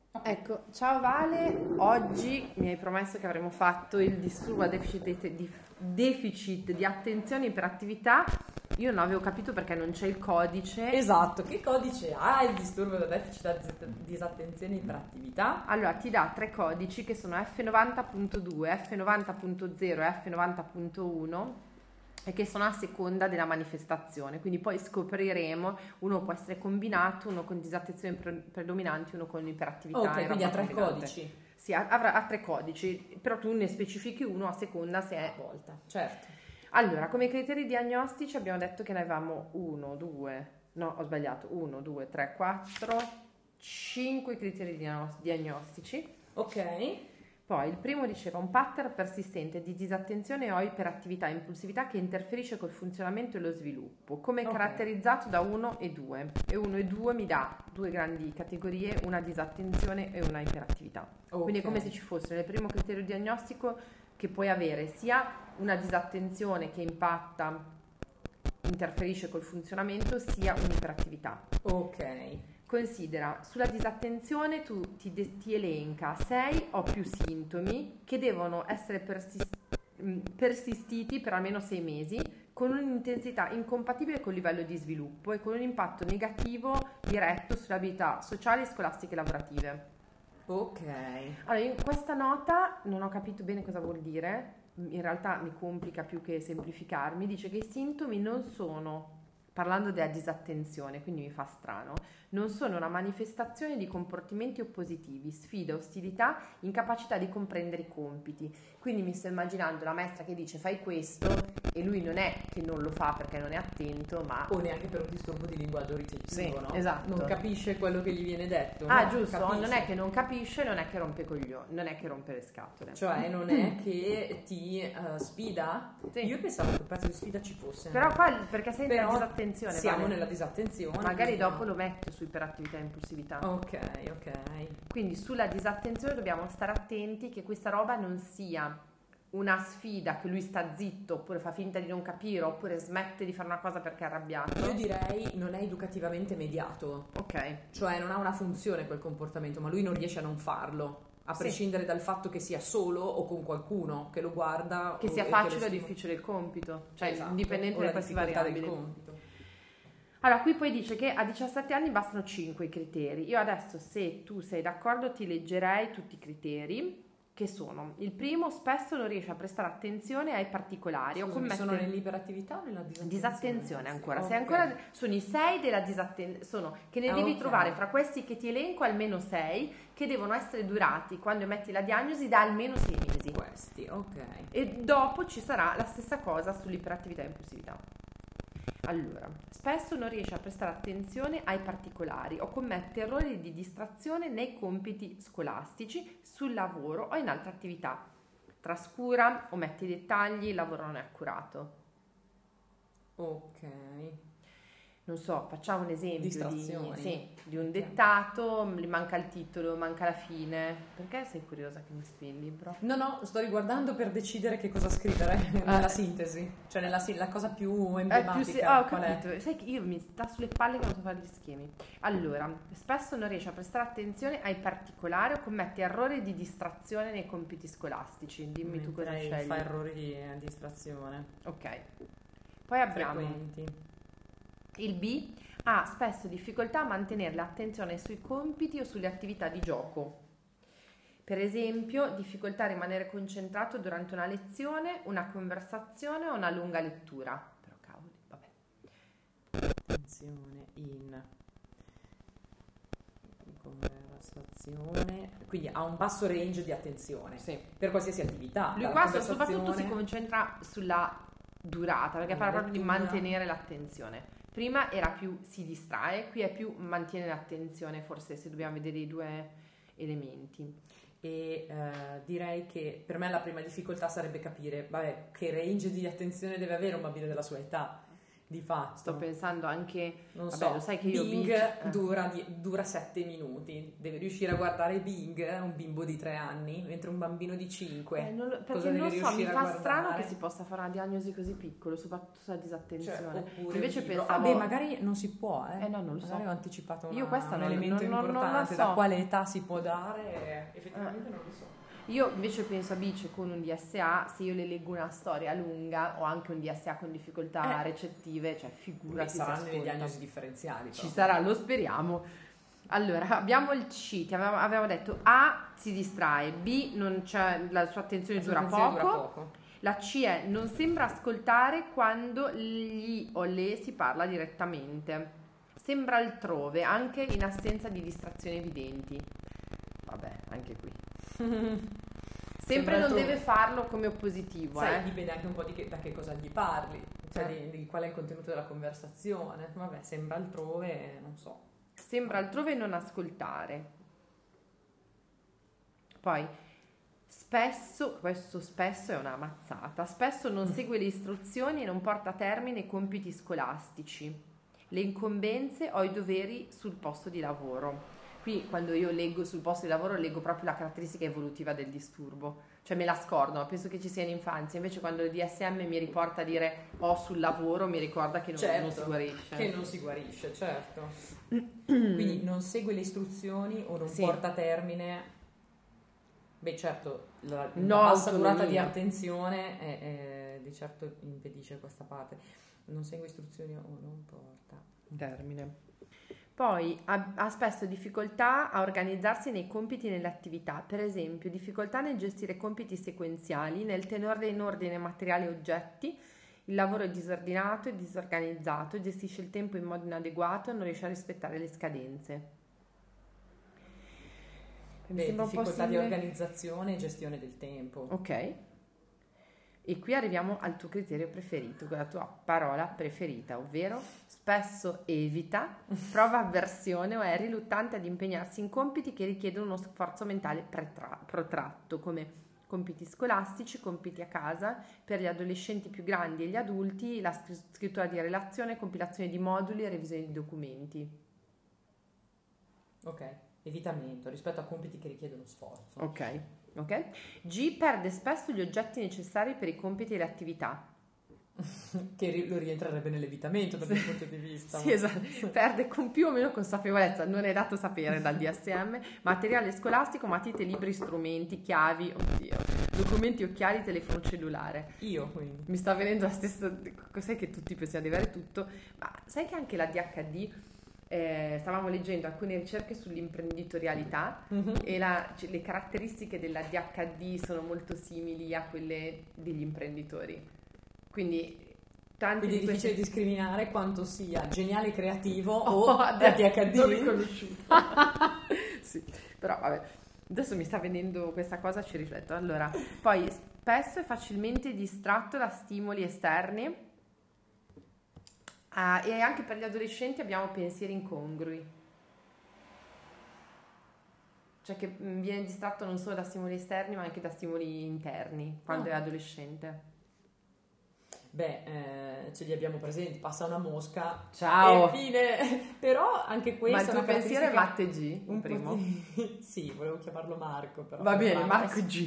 Ecco, ciao Vale, oggi mi hai promesso che avremmo fatto il disturbo a deficit di attenzione e iperattività. Io non avevo capito perché non c'è il codice. Esatto, che codice ha il disturbo da deficit di disattenzione e iperattività? Allora, ti dà tre codici che sono F90.2, F90.0 e F90.1 e che sono a seconda della manifestazione, quindi poi scopriremo, uno può essere combinato, uno con disattenzione predominante, uno con iperattività Ok, e quindi roba ha tre combinante. codici Sì, ha tre codici, però tu ne specifichi uno a seconda se a è... volta, certo. Allora, come criteri diagnostici abbiamo detto che ne avevamo 1, 2, no, ho sbagliato, 1, 2, 3, 4, 5 criteri diagnostici. Ok, Poi il primo diceva un pattern persistente di disattenzione o iperattività e impulsività che interferisce col funzionamento e lo sviluppo, come ok, caratterizzato da 1 e 2. E 1 e 2 mi dà due grandi categorie, una disattenzione e una iperattività. Quindi è come se ok, ci fosse nel primo criterio diagnostico che puoi avere sia una disattenzione che impatta, interferisce col funzionamento, sia un'iperattività. ok, Considera, sulla disattenzione tu ti elenca 6 o più sintomi che devono essere persistiti per almeno 6 mesi con un'intensità incompatibile col livello di sviluppo e con un impatto negativo diretto sulle abilità sociali, scolastiche e lavorative. ok. Allora, in questa nota non ho capito bene cosa vuol dire, in realtà mi complica più che semplificarmi, dice che i sintomi non sono, parlando della disattenzione, quindi mi fa strano, non sono una manifestazione di comportamenti oppositivi, sfida, ostilità, incapacità di comprendere i compiti. Quindi mi sto immaginando la maestra che dice fai questo e lui non è che non lo fa perché non è attento, ma... O neanche per un disturbo di linguaggio ricettivo, Sì, no? esatto. Non capisce quello che gli viene detto, Ah, no? giusto, Capisce. non è che non capisce, non è che rompe coglioni, non è che rompe le scatole. Cioè, non è che ti sfida? Sì. Io pensavo che un pezzo di sfida ci fosse. Però qua perché sei nella Però disattenzione, siamo Vale. nella disattenzione. Magari quindi dopo no. lo metto su iperattività e impulsività. Ok, ok. Quindi sulla disattenzione dobbiamo stare attenti che questa roba non sia una sfida che lui sta zitto oppure fa finta di non capire oppure smette di fare una cosa perché è arrabbiato. Io direi non è educativamente mediato, Ok. cioè non ha una funzione quel comportamento, ma lui non riesce a non farlo, a Sì. prescindere dal fatto che sia solo o con qualcuno che lo guarda Che sia e facile lo o stimola. difficile il compito, cioè Esatto, indipendente o da la queste difficoltà del variabili. compito. Allora, qui poi dice che a 17 anni bastano 5 i criteri. Io adesso, se tu sei d'accordo, ti leggerei tutti i criteri, che sono: il primo, spesso non riesce a prestare attenzione ai particolari o Scusami, commette sono nell'iperattività o nella disattenzione? disattenzione ancora. Sì, Sei ok. ancora sono i 6 della disattenzione, sono che ne devi Ok. trovare fra questi che ti elenco almeno 6 che devono essere durati quando emetti la diagnosi da almeno 6 mesi. Questi, ok. E dopo ci sarà la stessa cosa sull'iperattività e impulsività. Allora, spesso non riesce a prestare attenzione ai particolari o commette errori di distrazione nei compiti scolastici, sul lavoro o in altre attività. Trascura, omette i dettagli, il lavoro non è accurato. Ok. Non so, facciamo un esempio Distrazioni. di un Ok. dettato, gli manca il titolo, manca la fine. Perché sei curiosa che mi scrivi il libro? No, no, sto riguardando per decidere che cosa scrivere nella sintesi, cioè la cosa più emblematica. Ho qual è? capito. Sai che io mi sta sulle palle che non so fare gli schemi. Allora, spesso non riesce a prestare attenzione ai particolari o commette errori di distrazione nei compiti scolastici. Dimmi tu cosa Mentre scegli. fa errori di distrazione Ok. Poi abbiamo frequenti. il B. Ha spesso difficoltà a mantenere l'attenzione sui compiti o sulle attività di gioco. Per esempio, difficoltà a rimanere concentrato durante una lezione, una conversazione o una lunga lettura. Però cavoli, vabbè. Attenzione in conversazione, quindi ha un basso range di attenzione Sì. per qualsiasi attività. Lui dalla qua conversazione- soprattutto si concentra sulla durata, perché parla proprio di lettura. mantenere l'attenzione. Prima era più si distrae, qui è più mantiene l'attenzione, forse se dobbiamo vedere i due elementi. E direi che per me la prima difficoltà sarebbe capire, vabbè, che range di attenzione deve avere un bambino della sua età. Di fatto. Sto pensando anche, Non vabbè, so, lo sai che io Bing dura 7 minuti. Deve riuscire a guardare Bing, un bimbo di 3 anni, mentre un bambino di 5. perché non so, mi fa strano che si possa fare una diagnosi così piccolo, soprattutto sulla disattenzione. Oppure invece pensavo... pensavo... magari non si può, no, non lo so. Magari ho anticipato Io questa un non- elemento non importante, la so. da quale età si può dare, effettivamente non lo so. Io invece penso a Bice con un DSA, se io le leggo una storia lunga o anche un DSA con difficoltà recettive, cioè figurati se Saranno le ascolta. diagnosi differenziali. Ci sarà, lo speriamo. Allora, abbiamo il C, avevamo detto A si distrae, B non c'è, la sua attenzione dura poco. La C è non sembra ascoltare quando gli o le si parla direttamente. Sembra altrove, anche in assenza di distrazioni evidenti. Vabbè, anche qui. Sempre non deve farlo come oppositivo. Sai, dipende anche un po' da che cosa gli parli, cioè di qual è il contenuto della conversazione. Vabbè, sembra altrove, non so. Sembra altrove non ascoltare. Poi, questo spesso è una mazzata, spesso non segue le istruzioni e non porta a termine i compiti scolastici, le incombenze o i doveri sul posto di lavoro. Qui quando io leggo sul posto di lavoro leggo proprio la caratteristica evolutiva del disturbo, cioè me la scordo, penso che ci sia in infanzia, invece quando il DSM mi riporta a dire sul lavoro mi ricorda che non si guarisce. Che non si guarisce, certo. Quindi non segue le istruzioni o non porta a termine, beh certo, la bassa durata di attenzione di certo impedisce questa parte, non segue istruzioni o non porta a termine. Poi ha spesso difficoltà a organizzarsi nei compiti e nelle attività, per esempio difficoltà nel gestire compiti sequenziali, nel tenere in ordine materiali e oggetti, il lavoro è disordinato e disorganizzato, gestisce il tempo in modo inadeguato e non riesce a rispettare le scadenze. Mi sembra difficoltà di organizzazione e gestione del tempo. Ok. E qui arriviamo al tuo criterio preferito, la tua parola preferita, ovvero spesso evita, prova avversione o è riluttante ad impegnarsi in compiti che richiedono uno sforzo mentale protratto, come compiti scolastici, compiti a casa, per gli adolescenti più grandi e gli adulti, la scrittura di relazione, compilazione di moduli e revisione di documenti. Ok, evitamento rispetto a compiti che richiedono sforzo. Ok. G perde spesso gli oggetti necessari per i compiti e le attività. Che lo rientrerebbe nell'evitamento dal mio punto di vista. Sì, esatto. Perde con più o meno consapevolezza, non è dato sapere dal DSM, materiale scolastico, matite, libri, strumenti, chiavi, documenti, occhiali, telefono cellulare. Io quindi. Mi sta venendo la stessa, sai che tutti pensiamo di avere tutto, ma sai che anche la DHD... stavamo leggendo alcune ricerche sull'imprenditorialità e le caratteristiche della DHD sono molto simili a quelle degli imprenditori, quindi è difficile discriminare quanto sia geniale e creativo o ADHD non riconosciuto. Sì, però vabbè, adesso mi sta venendo questa cosa, ci rifletto. Allora, poi spesso è facilmente distratto da stimoli esterni. E anche per gli adolescenti abbiamo pensieri incongrui, cioè che viene distratto non solo da stimoli esterni ma anche da stimoli interni quando è adolescente. Ce li abbiamo presenti, passa una mosca, ciao, e fine. Però anche questa ma il tuo pensiero è Matte G, un primo. Sì, volevo chiamarlo Marco, però va bene, Marco G.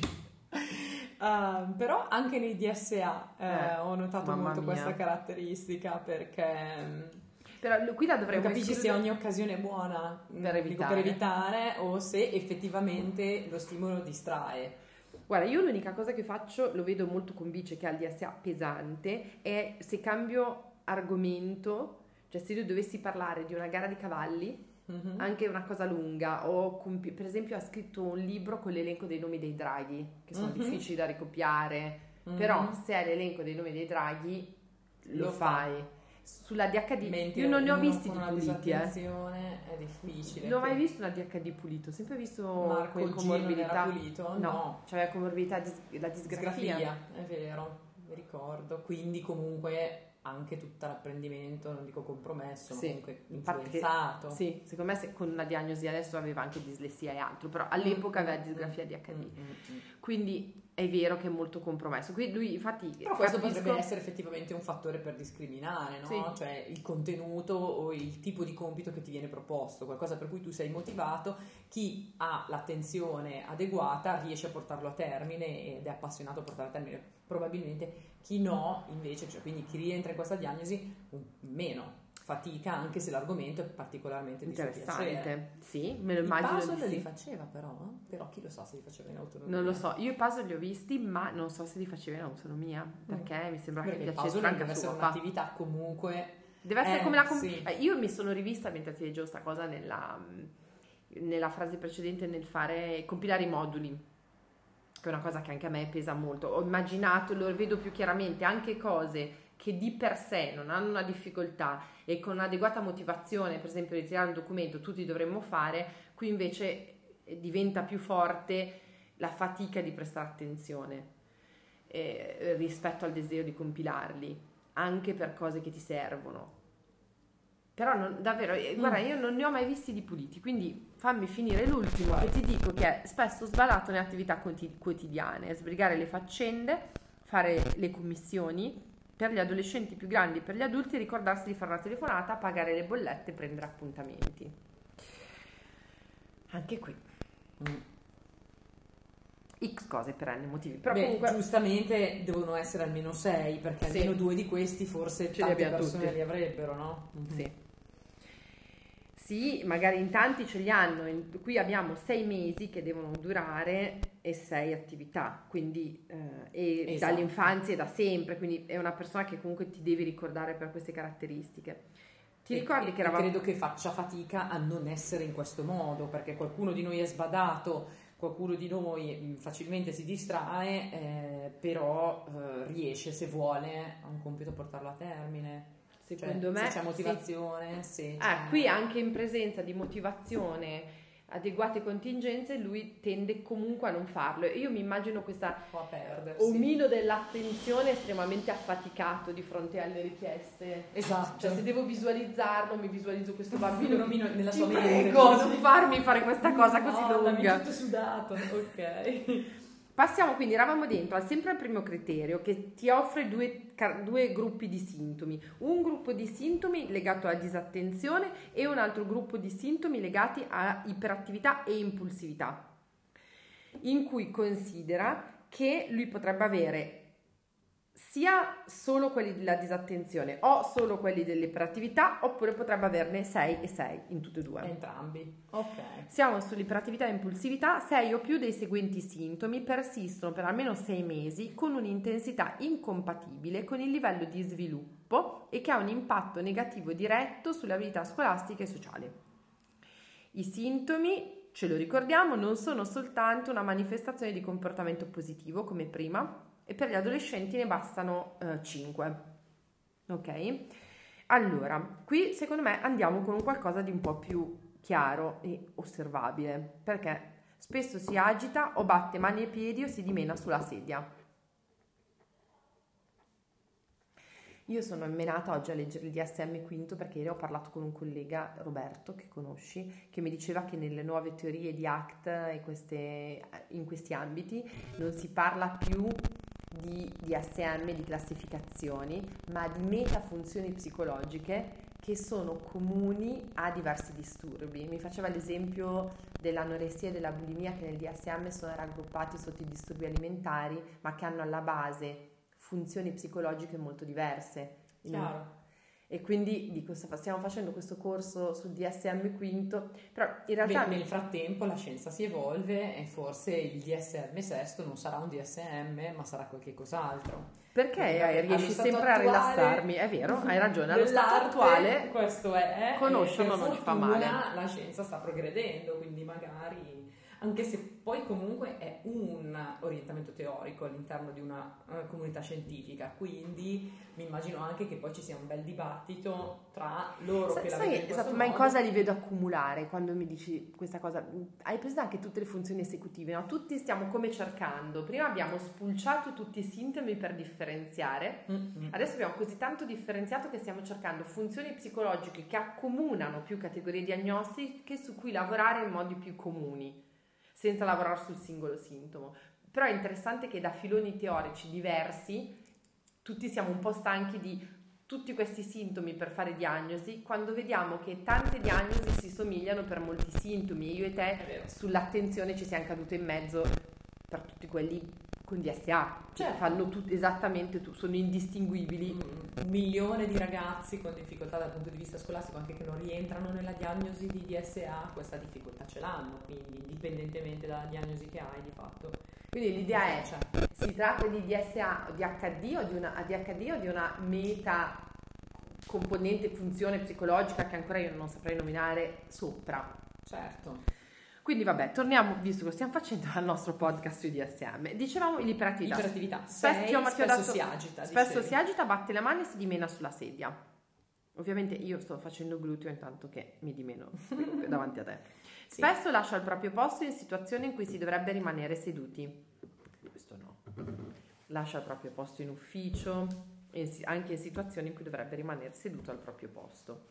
Però anche nei DSA ho notato molto mia. questa caratteristica, perché però qui la dovremmo capisci se ogni occasione è buona per evitare o se effettivamente lo stimolo distrae. Guarda, io l'unica cosa che faccio, lo vedo molto con Bice che ha il DSA pesante, è se cambio argomento, cioè se io dovessi parlare di una gara di cavalli, anche una cosa lunga, o per esempio ha scritto un libro con l'elenco dei nomi dei draghi che sono difficili da ricopiare, però se è l'elenco dei nomi dei draghi lo fai. Sulla DHD io non ne ho visti di puliti, è difficile. Non ho mai visto una DHD pulito, ho sempre visto Marco comorbidità pulito, no, c'aveva comorbidità la disgrafia, è vero, mi ricordo, quindi comunque anche tutto l'apprendimento, non dico compromesso, ma comunque influenzato. Sì, secondo me con una diagnosi adesso aveva anche dislessia e altro, però all'epoca aveva disgrafia DHD. Quindi è vero che è molto compromesso. Qui lui infatti però questo potrebbe essere effettivamente un fattore per discriminare, no? Sì. Cioè il contenuto o il tipo di compito che ti viene proposto, qualcosa per cui tu sei motivato. Chi ha l'attenzione adeguata riesce a portarlo a termine ed è appassionato a portarlo a termine. Probabilmente chi no invece, cioè quindi chi rientra in questa diagnosi meno fatica, anche se l'argomento è particolarmente interessante. Sì, me lo immagino. I puzzle li faceva però chi lo sa se li faceva in autonomia. Non lo so, io i puzzle li ho visti, ma non so se li faceva in autonomia, perché mi sembra che piacesse anche deve essere un'attività comunque. Deve essere come la sì. Io mi sono rivista mentre ti leggevo sta cosa nella frase precedente, nel fare compilare i moduli, che è una cosa che anche a me pesa molto. Ho immaginato, lo vedo più chiaramente, anche cose che di per sé non hanno una difficoltà e con un'adeguata motivazione, per esempio ritirare un documento, tutti dovremmo fare, qui invece diventa più forte la fatica di prestare attenzione rispetto al desiderio di compilarli, anche per cose che ti servono. Però davvero, guarda, io non ne ho mai visti di puliti, quindi fammi finire l'ultimo, che ti dico che è spesso sbalato nelle attività quotidiane, sbrigare le faccende, fare le commissioni. Per gli adolescenti più grandi, per gli adulti, ricordarsi di fare una telefonata, pagare le bollette, prendere appuntamenti. Anche qui. X cose per N motivi. Però comunque giustamente devono essere almeno 6, perché almeno 2 di questi forse tante persone li avrebbero, no? Sì. Sì, magari in tanti ce li hanno. Qui abbiamo 6 mesi che devono durare e 6 attività, quindi esatto. Dall'infanzia e da sempre, quindi è una persona che comunque ti devi ricordare per queste caratteristiche. Ti ricordi che eravamo... credo che faccia fatica a non essere in questo modo, perché qualcuno di noi è sbadato, qualcuno di noi facilmente si distrae, però riesce, se vuole, a un compito a portarlo a termine. Secondo me, se c'è motivazione, sì. Qui anche in presenza di motivazione, adeguate contingenze, lui tende comunque a non farlo. Io mi immagino questa omino dell'attenzione estremamente affaticato di fronte alle richieste. Esatto. Cioè, se devo visualizzarlo, mi visualizzo questo bambino nella sua mente. Prego, non farmi fare questa cosa così lunga. Mi tutto sudato. Ok. Passiamo quindi, eravamo dentro sempre al primo criterio, che ti offre due gruppi di sintomi, un gruppo di sintomi legato alla disattenzione e un altro gruppo di sintomi legati a iperattività e impulsività, in cui considera che lui potrebbe avere sia solo quelli della disattenzione o solo quelli dell'iperattività, oppure potrebbe averne 6 e 6 in tutte e due. Entrambi. Ok. Siamo sull'iperattività e impulsività. 6 o più dei seguenti sintomi persistono per almeno 6 mesi con un'intensità incompatibile con il livello di sviluppo e che ha un impatto negativo diretto sulle abilità scolastiche e sociali. I sintomi, ce lo ricordiamo, non sono soltanto una manifestazione di comportamento positivo come prima, e per gli adolescenti ne bastano 5. Ok? Allora, qui secondo me andiamo con un qualcosa di un po' più chiaro e osservabile, perché spesso si agita o batte mani e piedi o si dimena sulla sedia. Io sono menata oggi a leggere il DSM quinto perché ieri ho parlato con un collega, Roberto, che conosci, che mi diceva che nelle nuove teorie di ACT e in questi ambiti non si parla più di DSM, di classificazioni, ma di metafunzioni psicologiche che sono comuni a diversi disturbi. Mi faceva l'esempio dell'anoressia e della bulimia, che nel DSM sono raggruppati sotto i disturbi alimentari, ma che hanno alla base funzioni psicologiche molto diverse. Chiaro. E quindi dico, stiamo facendo questo corso sul DSM quinto, però in realtà... nel frattempo la scienza si evolve e forse il DSM sesto non sarà un DSM, ma sarà qualche cos'altro. Perché riesci sempre a rilassarmi, è vero, hai ragione, allo stato attuale questo è conoscerlo non ci fa male. La scienza sta progredendo, quindi magari... Anche se poi comunque è un orientamento teorico all'interno di una comunità scientifica, quindi mi immagino anche che poi ci sia un bel dibattito tra loro che la vedono in questo modo. Ma in cosa li vedo accumulare quando mi dici questa cosa? Hai preso anche tutte le funzioni esecutive, no? Tutti stiamo come cercando. Prima abbiamo spulciato tutti i sintomi per differenziare, adesso abbiamo così tanto differenziato che stiamo cercando funzioni psicologiche che accomunano più categorie diagnostiche su cui lavorare in modi più comuni, senza lavorare sul singolo sintomo. Però è interessante che da filoni teorici diversi tutti siamo un po' stanchi di tutti questi sintomi per fare diagnosi, quando vediamo che tante diagnosi si somigliano per molti sintomi, e io e te sull'attenzione ci siamo cadute in mezzo per tutti quelli con DSA, cioè fanno tutti esattamente, sono indistinguibili. 1 milione di ragazzi con difficoltà dal punto di vista scolastico, anche che non rientrano nella diagnosi di DSA, questa difficoltà ce l'hanno, quindi indipendentemente dalla diagnosi che hai di fatto. Quindi l'idea è, si tratta di DSA o di ADHD o di una ADHD o di una meta componente funzione psicologica che ancora io non saprei nominare sopra. Certo. Quindi vabbè, torniamo, visto che stiamo facendo al nostro podcast sui DSM. Dicevamo l'iperattività. Spesso si agita. Spesso si agita, batte le mani e si dimena sulla sedia. Ovviamente io sto facendo gluteo intanto che mi dimeno davanti a te. Sì. Spesso lascia il proprio posto in situazioni in cui si dovrebbe rimanere seduti. Questo no. Lascia il proprio posto in ufficio, anche in situazioni in cui dovrebbe rimanere seduto al proprio posto.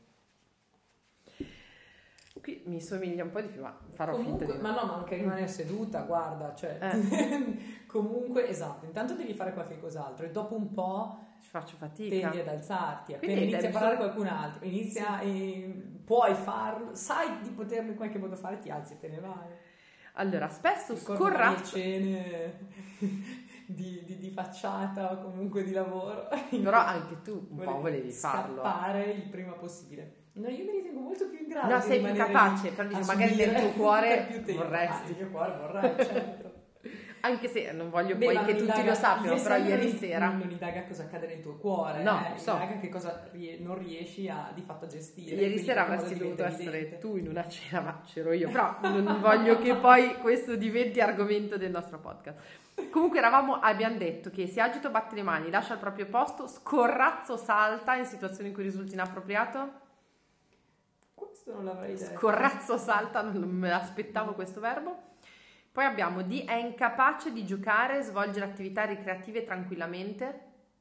Qui mi somiglia un po' di più, ma farò finta di... Ma no, ma anche rimanere seduta, guarda, cioè... Comunque, esatto, intanto devi fare qualche cos'altro e dopo un po'... faccio fatica. Tendi ad alzarti, appena inizi a parlare con qualcun altro, puoi farlo, sai di poterlo in qualche modo fare, ti alzi e te ne vai. Allora, spesso scorrazzo... cene di facciata o comunque di lavoro. Però anche tu un po' volevi farlo. Scappare il prima possibile. No, io mi ritengo molto più in grado. No, sei più capace, però dico, magari nel tuo cuore vorresti. Nel mio cuore vorrei, certo. Anche se non voglio poi che tutti lo sappiano, però ieri sera... Non indaga cosa accade nel tuo cuore, no, so. Indaga che cosa non riesci di fatto a gestire. Ieri sera avresti dovuto essere tu in una cena, ma c'ero io, però non voglio che poi questo diventi argomento del nostro podcast. Comunque abbiamo detto che si agita, batte le mani, lascia il proprio posto, scorrazzo, salta in situazioni in cui risulti inappropriato. Questo non l'avrei detto. Scorrazzo, salta, non me l'aspettavo questo verbo. Poi abbiamo è incapace di giocare e svolgere attività ricreative tranquillamente.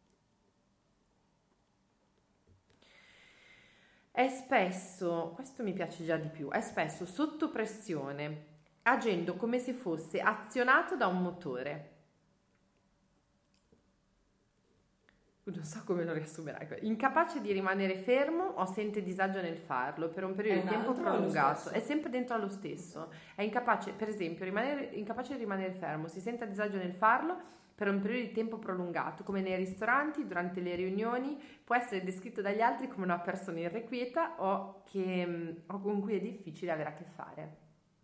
È spesso, questo mi piace già di più, è spesso sotto pressione, agendo come se fosse azionato da un motore. Non so come lo riassumerai. Incapace di rimanere fermo o sente disagio nel farlo per un periodo di tempo prolungato. È sempre dentro allo stesso. È incapace, per esempio, incapace di rimanere fermo, si sente a disagio nel farlo per un periodo di tempo prolungato, come nei ristoranti, durante le riunioni, può essere descritto dagli altri come una persona irrequieta o con cui è difficile avere a che fare.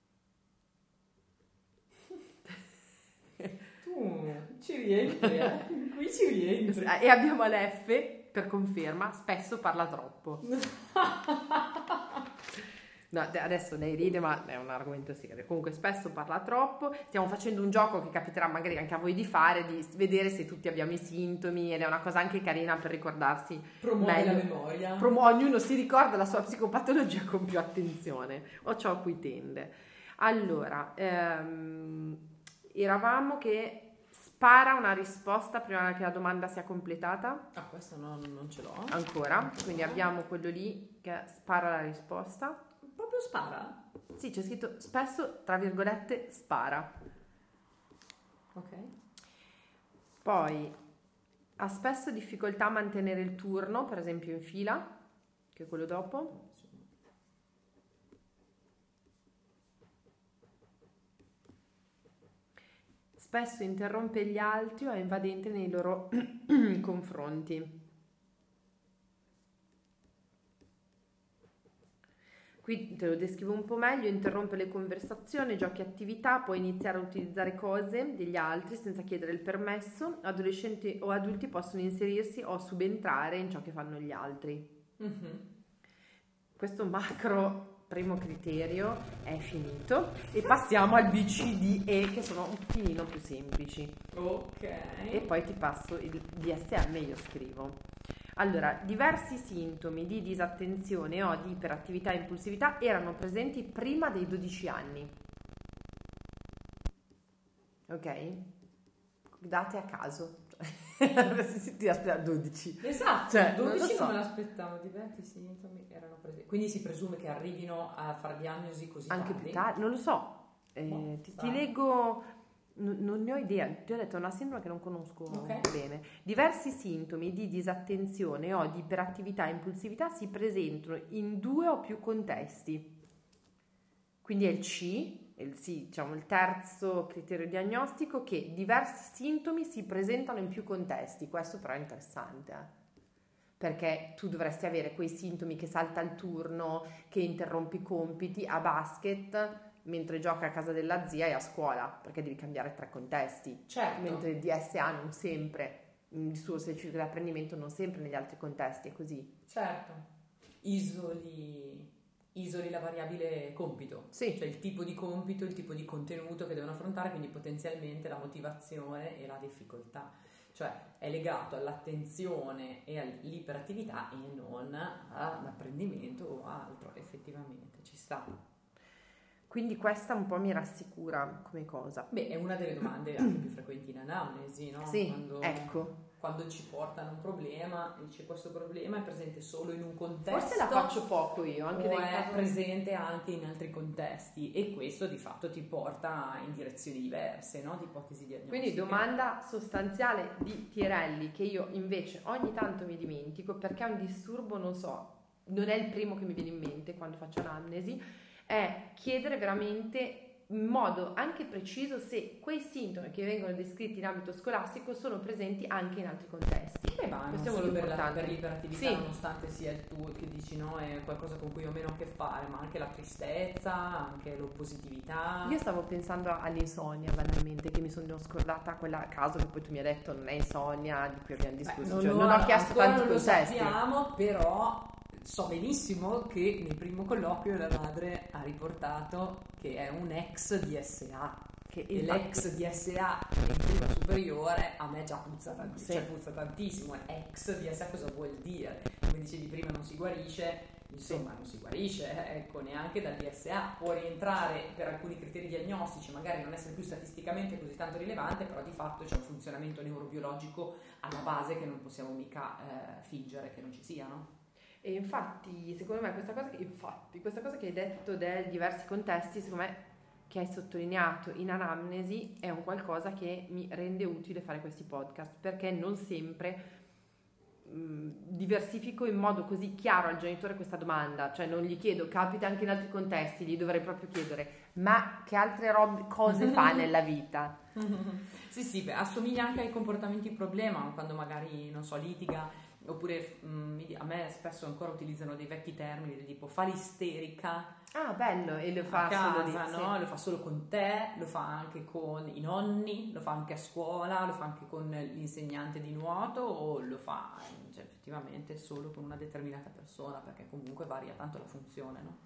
Ci rientri, qui ci rientri. E abbiamo l'F per conferma, spesso parla troppo. No, adesso lei ride, ma è un argomento serio. Comunque spesso parla troppo. Stiamo facendo un gioco che capiterà magari anche a voi di fare, di vedere se tutti abbiamo i sintomi, ed è una cosa anche carina per ricordarsi. Promuove la memoria. Ognuno si ricorda la sua psicopatologia con più attenzione, o ciò a cui tende. Allora, eravamo che spara una risposta prima che la domanda sia completata. Questo non ce l'ho. Ancora, quindi abbiamo quello lì che spara la risposta. Proprio spara? Sì, c'è scritto spesso, tra virgolette, spara. Ok. Poi ha spesso difficoltà a mantenere il turno, per esempio in fila, che è quello dopo. Spesso interrompe gli altri o è invadente nei loro confronti. Qui te lo descrivo un po' meglio: interrompe le conversazioni, giochi, attività, può iniziare a utilizzare cose degli altri senza chiedere il permesso. Adolescenti o adulti possono inserirsi o subentrare in ciò che fanno gli altri. Mm-hmm. Questo macro primo criterio è finito e passiamo al B, C, D, E, che sono un pochino più semplici. Ok. E poi ti passo il DSM, io scrivo. Allora, diversi sintomi di disattenzione o di iperattività e impulsività erano presenti prima dei 12 anni. Ok? Date a caso. Ti aspetta 12. Esatto, cioè, 12 non me l'aspettavo, diversi sintomi erano presenti. Quindi si presume che arrivino a fare diagnosi così anche tardi? Più tardi, non lo so. Ti leggo Non ne ho idea, ti ho detto è una sindrome che non conosco bene. Diversi sintomi di disattenzione o di iperattività e impulsività si presentano in 2 o più contesti. Quindi è il terzo criterio diagnostico, che diversi sintomi si presentano in più contesti. Questo però è interessante, perché tu dovresti avere quei sintomi che salta il turno, che interrompi i compiti a basket mentre gioca a casa della zia e a scuola, perché devi cambiare 3 contesti. Certo. Mentre il DSA non sempre, il suo specifico di apprendimento non sempre negli altri contesti è così. Certo. Isoli la variabile compito, sì. Cioè il tipo di compito, il tipo di contenuto che devono affrontare, quindi potenzialmente la motivazione e la difficoltà. Cioè è legato all'attenzione e all'iperattività e non all'apprendimento o altro, effettivamente, ci sta. Quindi questa un po' mi rassicura come cosa. Beh, è una delle domande anche più frequenti in anamnesi, no? Sì, ecco. Quando ci portano un problema, dice questo problema è presente solo in un contesto. Forse la faccio poco io, anche o è presente anche in altri contesti, e questo di fatto ti porta in direzioni diverse, no? Di ipotesi diagnostiche. Quindi domanda sostanziale di Tirelli, che io invece ogni tanto mi dimentico, perché è un disturbo, non è il primo che mi viene in mente quando faccio anamnesi, è chiedere veramente in modo anche preciso se quei sintomi che vengono descritti in ambito scolastico sono presenti anche in altri contesti. Questo è molto importante per l'iperattività, nonostante sia il tuo che dici no, è qualcosa con cui ho meno a che fare, ma anche la tristezza, anche l'oppositività. Io stavo pensando all'insonnia banalmente, che mi sono scordata quella caso che poi tu mi hai detto non è insonnia, di cui abbiamo discusso. Non ho chiesto tanti contesti. Non lo sappiamo, però so benissimo che nel primo colloquio la madre ha riportato che è un ex DSA, e l'ex DSA in prima superiore a me già puzza tantissimo, puzza tantissimo. Ex DSA cosa vuol dire? Come dicevi prima, non si guarisce, insomma non si guarisce, ecco, neanche dal DSA. Può rientrare per alcuni criteri diagnostici, magari non essere più statisticamente così tanto rilevante, però di fatto c'è un funzionamento neurobiologico alla base che non possiamo mica fingere che non ci sia, no? E infatti, secondo me, questa cosa che hai detto dei diversi contesti, secondo me, che hai sottolineato in anamnesi, è un qualcosa che mi rende utile fare questi podcast, perché non sempre diversifico in modo così chiaro al genitore questa domanda, cioè non gli chiedo, capita anche in altri contesti, gli dovrei proprio chiedere, ma che altre cose fa nella vita? Sì, beh, assomiglia anche ai comportamenti problema, quando magari, non so, litiga. Oppure a me spesso ancora utilizzano dei vecchi termini del tipo fa l'isterica. Ah, bello, e lo fa a casa, solo lì, no? Lo fa solo con te, lo fa anche con i nonni, lo fa anche a scuola, lo fa anche con l'insegnante di nuoto, o lo fa effettivamente solo con una determinata persona, perché comunque varia tanto la funzione, no?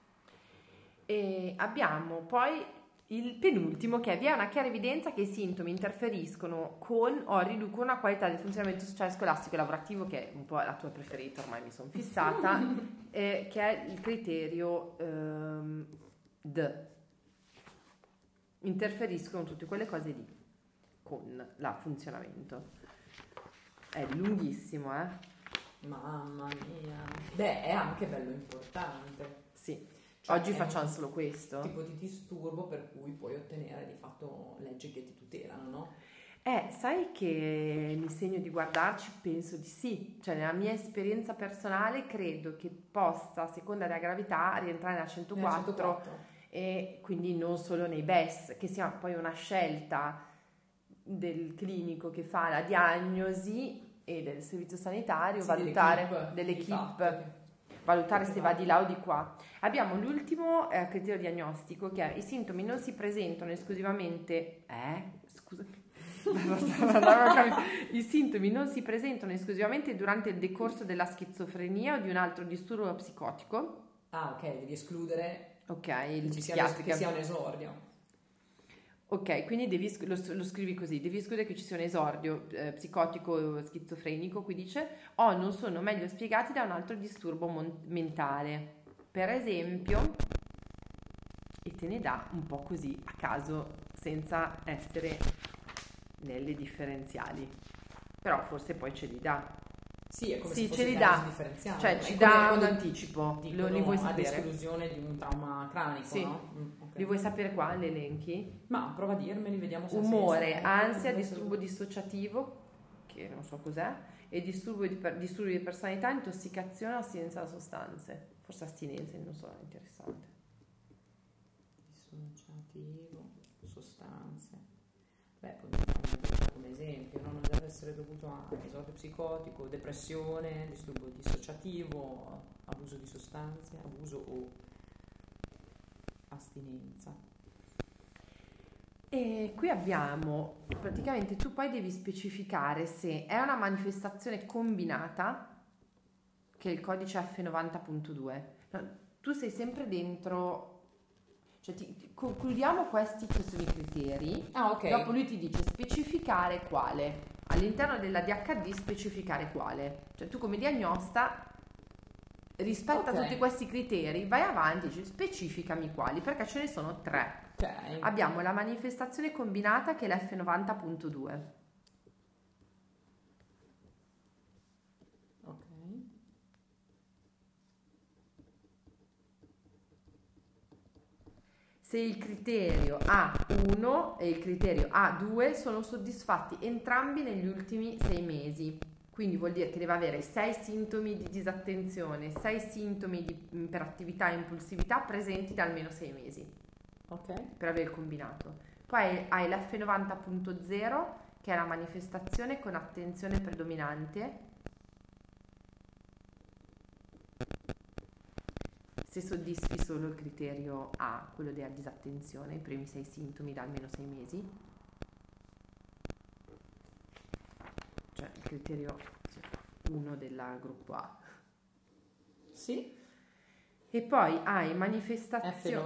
E abbiamo poi il penultimo, che vi è una chiara evidenza che i sintomi interferiscono con o riducono la qualità del funzionamento sociale, scolastico e lavorativo, che è un po' la tua preferita, ormai mi sono fissata, che è il criterio D. Interferiscono tutte quelle cose lì con il funzionamento. È lunghissimo, Mamma mia. Beh, è anche bello importante. Sì. Oggi facciamo solo questo. Tipo di disturbo per cui puoi ottenere di fatto leggi che ti tutelano, no? Sai che mi segno di guardarci? Penso di sì. Cioè, nella mia esperienza personale credo che possa, a seconda della gravità, rientrare nella 104. E quindi non solo nei BES, che sia poi una scelta del clinico che fa la diagnosi e del servizio sanitario, valutare dell'equipe. Valutare se va di là o di qua. Abbiamo l'ultimo criterio diagnostico, che è: i sintomi non si presentano esclusivamente i sintomi non si presentano esclusivamente durante il decorso della schizofrenia o di un altro disturbo psicotico. Ah, ok, devi escludere il che sia un esordio. Ok, quindi lo scrivi così: devi escludere che ci sia un esordio psicotico o schizofrenico, qui dice, o non sono meglio spiegati da un altro disturbo mentale. Per esempio, e te ne dà un po' così a caso, senza essere nelle differenziali, però forse poi ce li dà. Sì, è come se fosse ce li dà, cioè ci dà un anticipo, lo vuoi sapere? Ad esclusione di un trauma cranico, sì. No? Ok. Li vuoi sapere qua, le elenchi? Ma prova a dirmeli, vediamo se umore, ansia, disturbo dissociativo, che non so cos'è, e disturbi di personalità, intossicazione, astinenza da sostanze. Forse astinenza, non so, è interessante. Dissociativo, sostanze. Beh, poi mettiamo come esempio, no? Non deve essere dovuto a episodio psicotico, depressione, disturbo dissociativo, abuso di sostanze, abuso o astinenza. E qui abbiamo, praticamente tu poi devi specificare se è una manifestazione combinata, che è il codice F90.2. No, tu sei sempre dentro, cioè concludiamo questi che sono i criteri. Ok. Dopo lui ti dice specificare quale. All'interno della DHD specificare quale. Cioè tu come diagnosta rispetta tutti questi criteri, vai avanti e dici specificami quali, perché ce ne sono 3. Okay. Abbiamo la manifestazione combinata che è l'F90.2. Ok. Se il criterio A1 e il criterio A2 sono soddisfatti entrambi negli ultimi 6 mesi, quindi vuol dire che deve avere 6 sintomi di disattenzione, 6 sintomi di iperattività e impulsività presenti da almeno 6 mesi. Ok. Per avere il combinato. Poi hai l'F90.0 che è la manifestazione con attenzione predominante. Se soddisfi solo il criterio A, quello della disattenzione, i primi 6 sintomi da almeno 6 mesi, cioè il criterio 1 del gruppo A. Sì. E poi hai manifestazione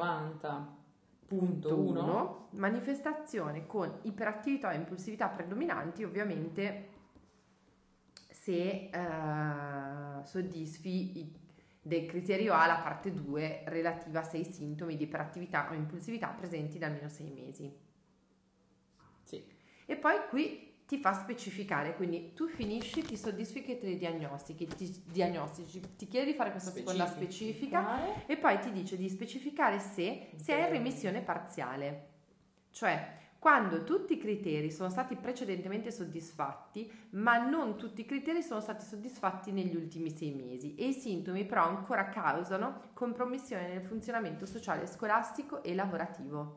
F90.1, manifestazione con iperattività e impulsività predominanti, ovviamente se soddisfi del criterio A la parte 2 relativa a 6 sintomi di iperattività o impulsività presenti da almeno 6 mesi. Sì. E poi qui ti fa specificare, quindi tu finisci, ti soddisfi i criteri diagnostici, ti chiede di fare questa seconda specifica e poi ti dice di specificare se è in remissione parziale, cioè quando tutti i criteri sono stati precedentemente soddisfatti, ma non tutti i criteri sono stati soddisfatti negli ultimi 6 mesi e i sintomi però ancora causano compromissione nel funzionamento sociale, scolastico e lavorativo.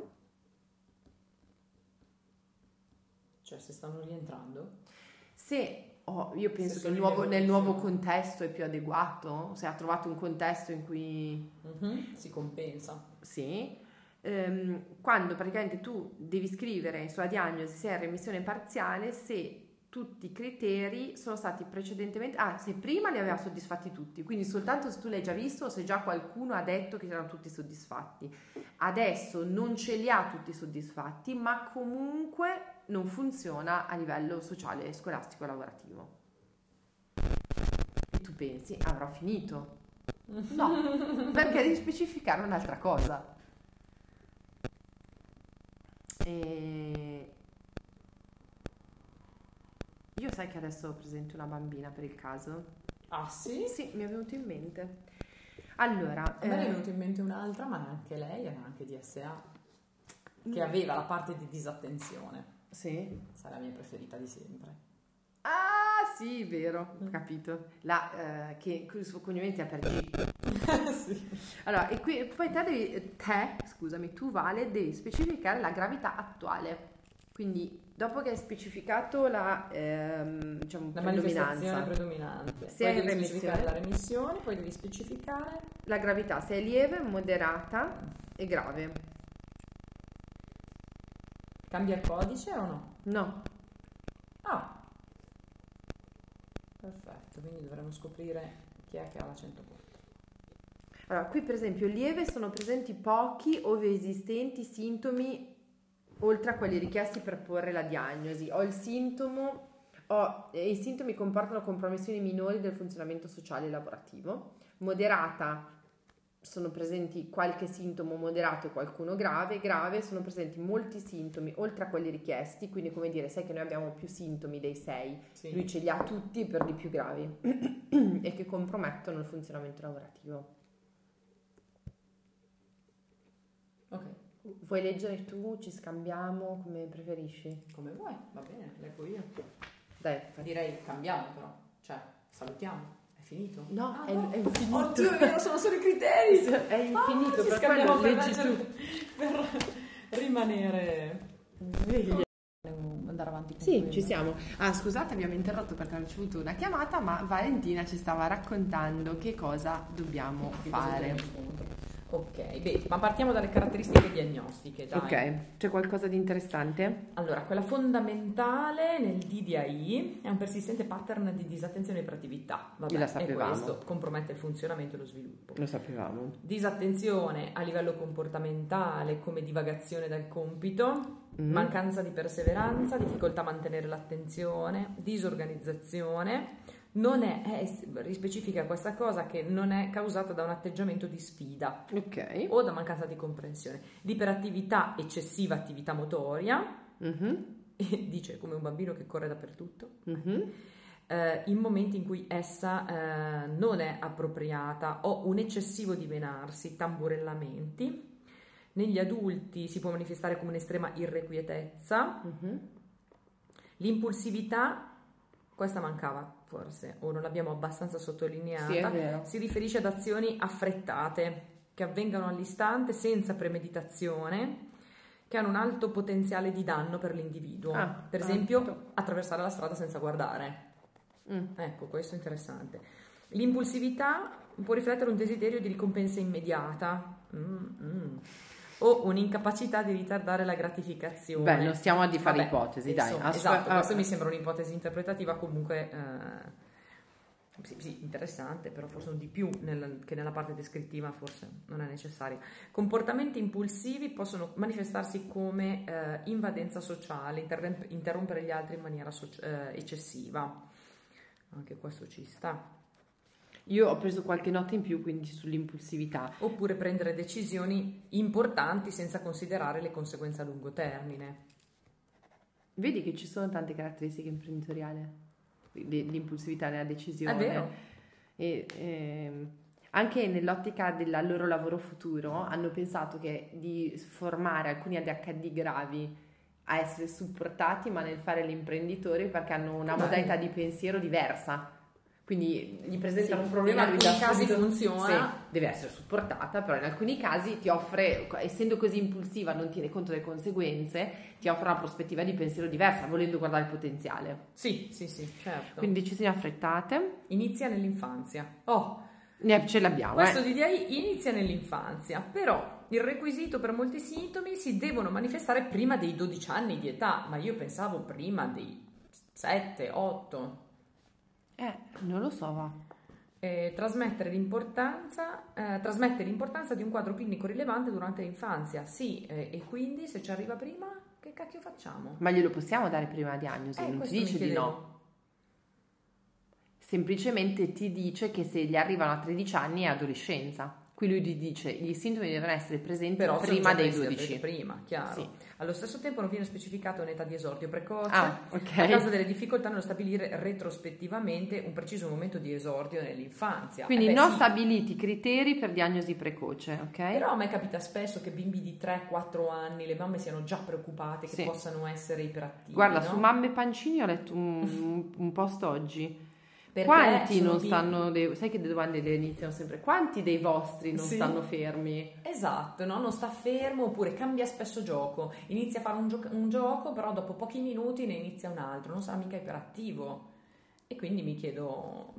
Cioè se stanno rientrando? Io penso che nel nuovo contesto è più adeguato, se ha trovato un contesto in cui si compensa. Sì. Quando praticamente tu devi scrivere sulla diagnosi se è remissione parziale, se tutti i criteri sono stati precedentemente, se prima li aveva soddisfatti tutti, quindi soltanto se tu l'hai già visto o se già qualcuno ha detto che erano tutti soddisfatti. Adesso non ce li ha tutti soddisfatti, ma comunque non funziona a livello sociale, scolastico e lavorativo. E tu pensi, avrò finito? No, perché devi specificare un'altra cosa. Io sai che adesso ho presente una bambina per il caso? Ah sì? Sì, mi è venuto in mente. Allora, a me è venuta in mente un'altra, ma anche lei era anche DSA, che aveva la parte di disattenzione. Sì. Sarà la mia preferita di sempre. Ah sì, vero, ho capito. Che il suo cognome inizia per G. Sì. Allora, e qui poi tu Vale, devi specificare la gravità attuale. Quindi dopo che hai specificato la manifestazione predominante, se poi devi specificare la remissione, poi devi specificare la gravità, se è lieve, moderata e grave. Cambia il codice o no? No. Ah, perfetto, quindi dovremo scoprire chi è che ha la 104. Allora, qui per esempio lieve sono presenti pochi ove esistenti sintomi oltre a quelli richiesti per porre la diagnosi. I sintomi comportano compromissioni minori del funzionamento sociale e lavorativo. Moderata sono presenti qualche sintomo moderato e qualcuno grave. Grave sono presenti molti sintomi oltre a quelli richiesti, quindi come dire, sai che noi abbiamo più sintomi dei 6, sì. Lui ce li ha tutti per di più gravi e che compromettono il funzionamento lavorativo. Ok. Vuoi leggere tu? Ci scambiamo? Come preferisci? Come vuoi, va bene, leggo io. Dai, direi cambiamo però, cioè salutiamo. È finito? No, no. È infinito. Oddio mio, sono solo i criteri. È infinito, per quello quello leggi tu. Per rimanere Sveglia. Devo andare avanti con Sì, quello. ci siamo. Scusate, abbiamo interrotto perché ho ricevuto una chiamata, ma Valentina ci stava raccontando che cosa dobbiamo fare. Ok, beh, ma partiamo dalle caratteristiche diagnostiche, dai. Ok, c'è qualcosa di interessante? Allora, quella fondamentale nel DDAI è un persistente pattern di disattenzione e iperattività. Vabbè, La sapevamo. E questo compromette il funzionamento e lo sviluppo. Lo sapevamo. Disattenzione a livello comportamentale come divagazione dal compito, mancanza di perseveranza, difficoltà a mantenere l'attenzione, disorganizzazione. Non è rispecifica questa cosa, che non è causata da un atteggiamento di sfida o da mancanza di comprensione. L'iperattività, eccessiva attività motoria, e dice come un bambino che corre dappertutto, in momenti in cui essa non è appropriata, o un eccessivo dimenarsi, tamburellamenti. Negli adulti si può manifestare come un'estrema irrequietezza. L'impulsività, questa mancava forse, o non l'abbiamo abbastanza sottolineata, sì, è vero. si riferisce ad azioni affrettate che avvengano all'istante senza premeditazione, che hanno un alto potenziale di danno per l'individuo. Per esempio, attraversare la strada senza guardare. Ecco, questo è interessante. L'impulsività può riflettere un desiderio di ricompensa immediata. O un'incapacità di ritardare la gratificazione. Beh, non stiamo a di fare ipotesi, dai. Esatto, questo mi sembra un'ipotesi interpretativa, comunque sì, interessante, però forse di più che nella parte descrittiva, forse non è necessario. Comportamenti impulsivi possono manifestarsi come invadenza sociale, interrompere gli altri in maniera eccessiva. Anche questo ci sta. Io ho preso qualche nota in più, quindi sull'impulsività. Oppure prendere decisioni importanti senza considerare le conseguenze a lungo termine. Vedi che ci sono tante caratteristiche imprenditoriali, l'impulsività nella decisione. È vero. Anche nell'ottica del loro lavoro futuro hanno pensato che di formare alcuni ADHD gravi a essere supportati, ma nel fare l'imprenditore, perché hanno una modalità di pensiero diversa. Quindi gli presentano un problema, in alcuni casi funziona, sì, deve essere supportata, però in alcuni casi ti offre, essendo così impulsiva, non tiene conto delle conseguenze, ti offre una prospettiva di pensiero diversa, volendo guardare il potenziale. Sì, certo. Quindi decisioni affrettate. Inizia nell'infanzia. Ce l'abbiamo. Questo DDAI inizia nell'infanzia, però il requisito per molti sintomi si devono manifestare prima dei 12 anni di età, ma io pensavo prima dei 7, 8. Non lo so, va. Trasmettere l'importanza di un quadro clinico rilevante durante l'infanzia. Sì, e quindi se ci arriva prima, che cacchio facciamo? Ma glielo possiamo dare prima la diagnosi? Non ti dice di no. Semplicemente ti dice che se gli arrivano a 13 anni è adolescenza. Qui lui ti dice i sintomi devono essere presenti però prima dei 12. Prima, chiaro. Sì. Allo stesso tempo non viene specificata un'età di esordio precoce a causa delle difficoltà nello stabilire retrospettivamente un preciso momento di esordio nell'infanzia. Quindi non stabiliti criteri per diagnosi precoce, ok? Però a me capita spesso che bimbi di 3-4 anni, le mamme siano già preoccupate che possano essere iperattivi. Guarda, no? su Mamme Pancini ho letto un post oggi. Perché quanti non stanno, sai che le domande iniziano sempre, quanti dei vostri non stanno fermi? Esatto, no? Non sta fermo, oppure cambia spesso gioco, inizia a fare un gioco, però dopo pochi minuti ne inizia un altro, non sarà mica iperattivo. E quindi mi chiedo,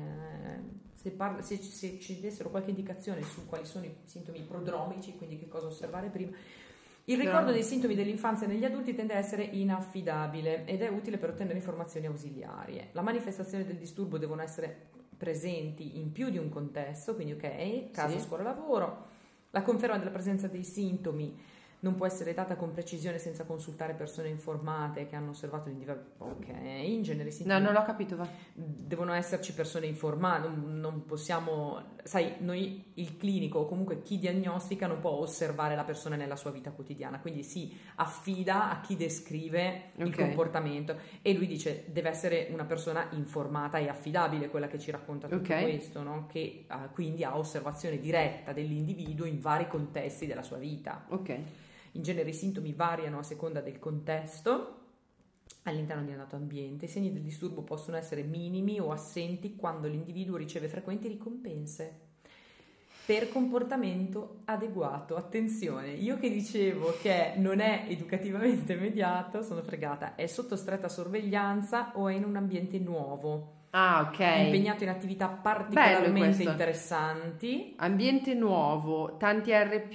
se ci dessero qualche indicazione su quali sono i sintomi prodromici, quindi che cosa osservare prima. Il ricordo dei sintomi dell'infanzia negli adulti tende a essere inaffidabile ed è utile per ottenere informazioni ausiliarie. La manifestazione del disturbo devono essere presenti in più di un contesto, quindi casa, scuola, lavoro. La conferma della presenza dei sintomi non può essere data con precisione senza consultare persone informate che hanno osservato l'individuo. Ok, in genere No, non l'ho capito, va. devono esserci persone informate, non possiamo, sai, noi il clinico o comunque chi diagnostica non può osservare la persona nella sua vita quotidiana, quindi si affida a chi descrive il comportamento, e lui dice deve essere una persona informata e affidabile quella che ci racconta tutto questo, no? Che quindi ha osservazione diretta dell'individuo in vari contesti della sua vita. In genere i sintomi variano a seconda del contesto all'interno di un dato ambiente. I segni del disturbo possono essere minimi o assenti quando l'individuo riceve frequenti ricompense per comportamento adeguato. Attenzione, io che dicevo che non è educativamente mediato, sono fregata. È sotto stretta sorveglianza o è in un ambiente nuovo. Impegnato in attività particolarmente interessanti. Ambiente nuovo, tanti R+,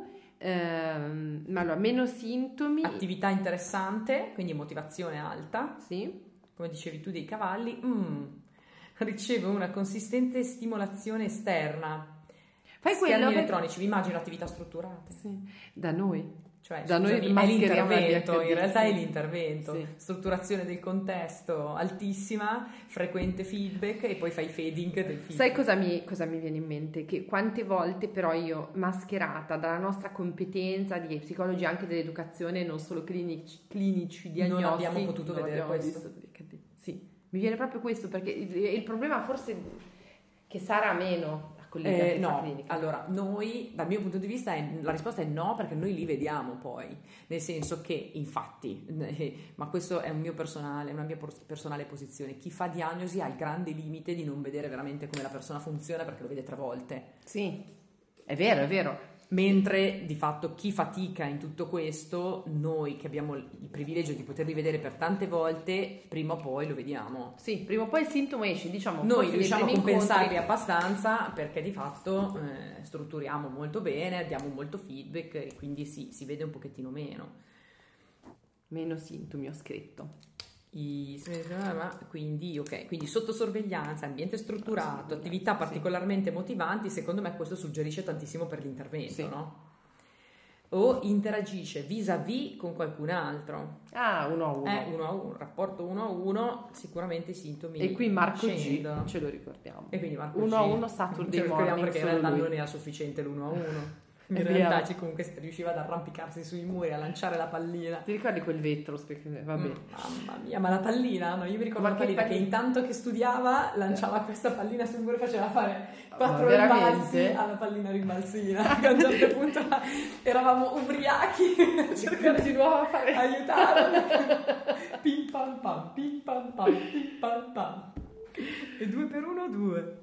allora, meno sintomi. Attività interessante, quindi motivazione alta. Sì. Come dicevi tu dei cavalli. Riceve una consistente stimolazione esterna. Schermi elettronici, vi immagino attività strutturate. Sì. Da noi. Cioè, da noi è l'intervento, in realtà è l'intervento. Sì. Strutturazione del contesto altissima, frequente feedback e poi fai fading del feedback. Sai cosa mi viene in mente? Che quante volte però io, mascherata dalla nostra competenza di psicologi anche dell'educazione, non solo clinici diagnostici, non abbiamo potuto vedere questo. Sì, mi viene proprio questo, perché il problema forse che sarà meno no, clinica. Allora noi dal mio punto di vista la risposta è no, perché noi li vediamo poi, nel senso che infatti ma questo è una mia personale posizione, chi fa diagnosi ha il grande limite di non vedere veramente come la persona funziona perché lo vede 3 volte. Sì, è vero. Mentre di fatto chi fatica in tutto questo, noi che abbiamo il privilegio di poterli vedere per tante volte, prima o poi lo vediamo. Sì, prima o poi il sintomo esce, diciamo. Noi riusciamo a compensarli abbastanza perché di fatto strutturiamo molto bene, diamo molto feedback e quindi si vede un pochettino meno. Meno sintomi ho scritto. Quindi sotto sorveglianza, ambiente strutturato, attività particolarmente motivanti, secondo me questo suggerisce tantissimo per l'intervento, no? O interagisce vis-à-vis con qualcun altro. 1 a 1. 1 a 1, rapporto 1 a 1. Sicuramente i sintomi. E qui Marco G ce lo ricordiamo. E quindi Marco 1 a 1 Saturday Morning, perché in realtà non era sufficiente l'1 a 1. In realtà comunque riusciva ad arrampicarsi sui muri, a lanciare la pallina. Ti ricordi quel vetro? Vabbè. Mamma mia, ma la pallina, no? Io mi ricordo la pallina che intanto che studiava lanciava questa pallina sul muro e faceva fare 4 rimbalzi alla pallina rimbalzina. A un certo punto eravamo ubriachi, continuava a fare aiutarla. Pim pam pam, pim pam pam, pim pam pam. E 2 per 1, 2.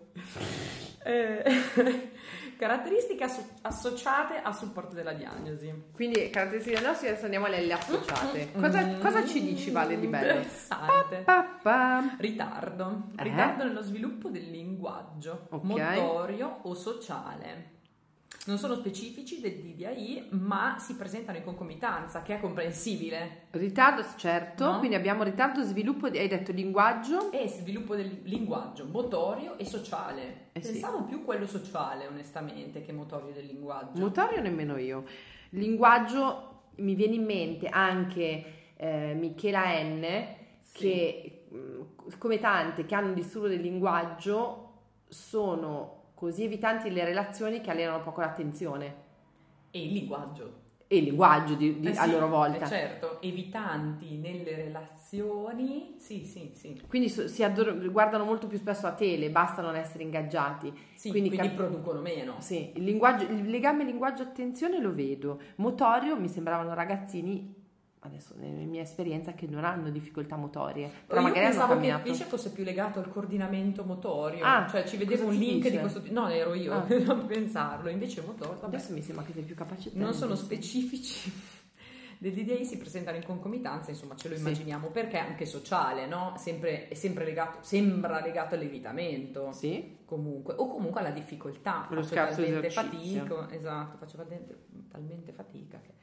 Caratteristiche associate al supporto della diagnosi. Quindi caratteristiche diagnostiche, adesso andiamo alle associate. Cosa ci dici, Vale, di bello? Interessante. Ritardo nello sviluppo del linguaggio motorio o sociale. Non sono specifici del DDAI, ma si presentano in concomitanza, che è comprensibile. Ritardo, certo, no? Quindi abbiamo ritardo, sviluppo, hai detto linguaggio. E sviluppo del linguaggio motorio e sociale. Pensavo più quello sociale, onestamente, che motorio del linguaggio. Motorio nemmeno io. Linguaggio, mi viene in mente anche Michela N, che come tante che hanno un disturbo del linguaggio sono così evitanti le relazioni che allenano poco l'attenzione. E il linguaggio. A loro volta. Certo, evitanti nelle relazioni, sì. Quindi guardano molto più spesso la tele, basta non essere ingaggiati. Sì, quindi producono meno. Sì, il legame linguaggio-attenzione lo vedo. Motorio mi sembravano ragazzini, adesso nella mia esperienza, che non hanno difficoltà motorie, però io magari pensavo hanno che camminato. invece fosse più legato al coordinamento motorio, cioè ci vedevo un link dice? di questo tipo. No, ero io a pensarlo, invece motorio, vabbè. Adesso mi sembra che sei più capace. Non sono specifici del DDAI, si presentano in concomitanza, insomma ce lo immaginiamo, perché è anche sociale, no? È sempre legato, sembra legato all'evitamento, comunque, o comunque alla difficoltà. Lo scarso esercizio. Faccio talmente fatica che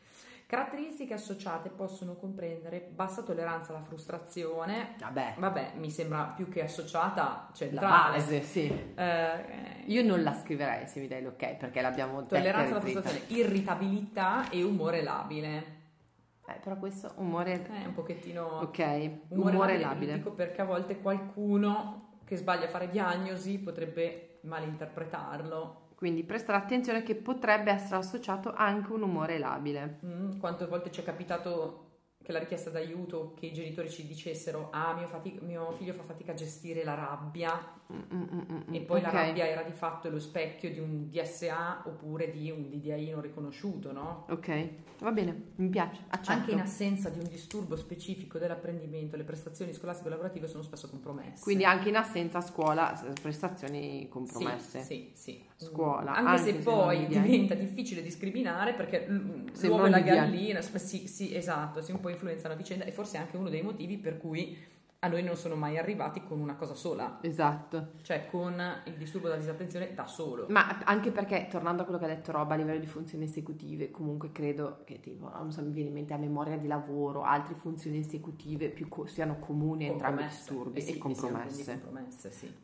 Caratteristiche associate possono comprendere bassa tolleranza alla frustrazione. Vabbè, mi sembra più che associata centrale. La base, sì. Io non la scriverei se mi dai l'ok, perché l'abbiamo detta. Tolleranza alla frustrazione, irritabilità e umore labile. Però questo umore è un pochettino... Ok, umore labile. Dico perché a volte qualcuno che sbaglia a fare diagnosi potrebbe malinterpretarlo. Quindi prestare attenzione che potrebbe essere associato anche un umore labile. Quante volte ci è capitato che la richiesta d'aiuto, che i genitori ci dicessero mio figlio fa fatica a gestire la rabbia, e poi la rabbia era di fatto lo specchio di un DSA oppure di un DDI non riconosciuto, no? Ok, va bene, mi piace, accetto. Anche in assenza di un disturbo specifico dell'apprendimento, le prestazioni scolastiche e lavorative sono spesso compromesse. Quindi anche in assenza a scuola, prestazioni compromesse. Sì. Scuola. Anche se poi diventa difficile discriminare, perché l'uovo e la gallina, sì, esatto, si un po' influenzano a vicenda, e forse è anche uno dei motivi per cui a noi non sono mai arrivati con una cosa sola. Esatto. Cioè con il disturbo da disattenzione da solo. Ma anche perché, tornando a quello che ha detto Roba, a livello di funzioni esecutive, comunque credo che tipo, non so, mi viene in mente a memoria di lavoro, altre funzioni esecutive più siano comuni a entrambi i disturbi e compromesse. Sì.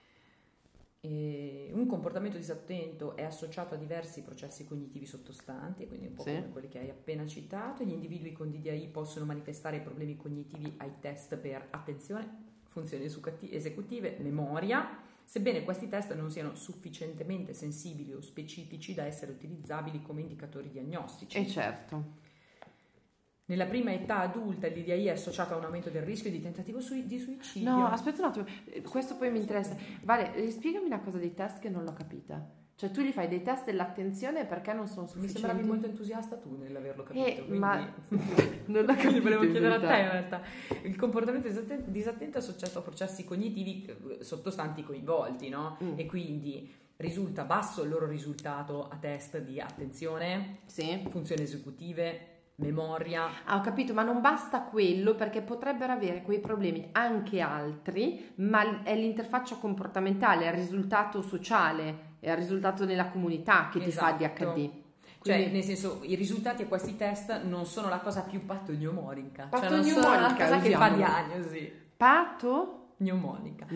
E un comportamento disattento è associato a diversi processi cognitivi sottostanti, quindi un po' come quelli che hai appena citato. Gli individui con DDI possono manifestare problemi cognitivi ai test per attenzione, funzioni esecutive, memoria, sebbene questi test non siano sufficientemente sensibili o specifici da essere utilizzabili come indicatori diagnostici. E certo. Nella prima età adulta il DDI è associato a un aumento del rischio di tentativo di suicidio. No, aspetta un attimo, questo poi mi interessa. Vale, spiegami una cosa dei test che non l'ho capita. Cioè tu gli fai dei test dell'attenzione perché non sono sufficienti? Mi sembravi molto entusiasta tu nell'averlo capito, quindi... ma non l'ho capito. Volevo chiedere a te in realtà. Il comportamento disattento è associato a processi cognitivi sottostanti coinvolti, no? E quindi risulta basso il loro risultato a test di attenzione, funzioni esecutive, memoria. Ho capito, ma non basta quello, perché potrebbero avere quei problemi anche altri, ma è l'interfaccia comportamentale, è il risultato sociale, è il risultato nella comunità che ti fa DHD. Quindi, cioè, nel senso, i risultati a questi test non sono la cosa più patognomonica, cioè non sono la cosa che fa diagnosi. Pneumonica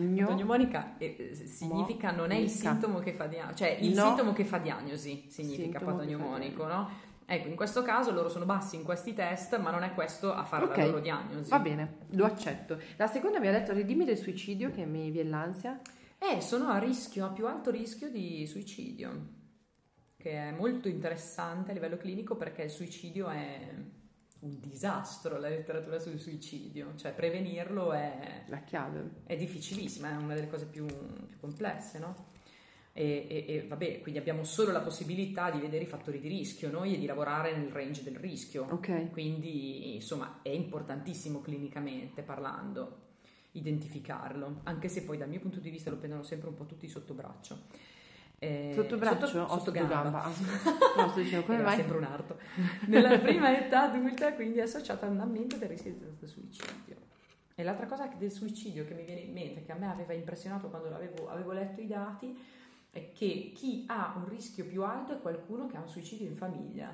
significa non è il sintomo che fa diagnosi, cioè il sintomo che fa diagnosi significa patognomonico, no? Ecco, in questo caso loro sono bassi in questi test, ma non è questo a fare la loro diagnosi. Va bene, lo accetto. La seconda mi ha detto, ridimmi del suicidio, che mi viene l'ansia. Sono a più alto rischio di suicidio, che è molto interessante a livello clinico, perché il suicidio è un disastro, la letteratura sul suicidio, cioè prevenirlo è la chiave. È difficilissima, è una delle cose più complesse, no? E vabbè, quindi abbiamo solo la possibilità di vedere i fattori di rischio noi e di lavorare nel range del rischio. Quindi insomma è importantissimo clinicamente parlando identificarlo, anche se poi dal mio punto di vista lo prendono sempre un po' tutti sotto braccio. Sotto o sotto gamba? No, sto dicendo, come mai? Sempre un arto. Nella prima età adulta quindi è associata a un aumento del rischio di suicidio. E l'altra cosa del suicidio che mi viene in mente, che a me aveva impressionato quando avevo letto i dati, è che chi ha un rischio più alto è qualcuno che ha un suicidio in famiglia.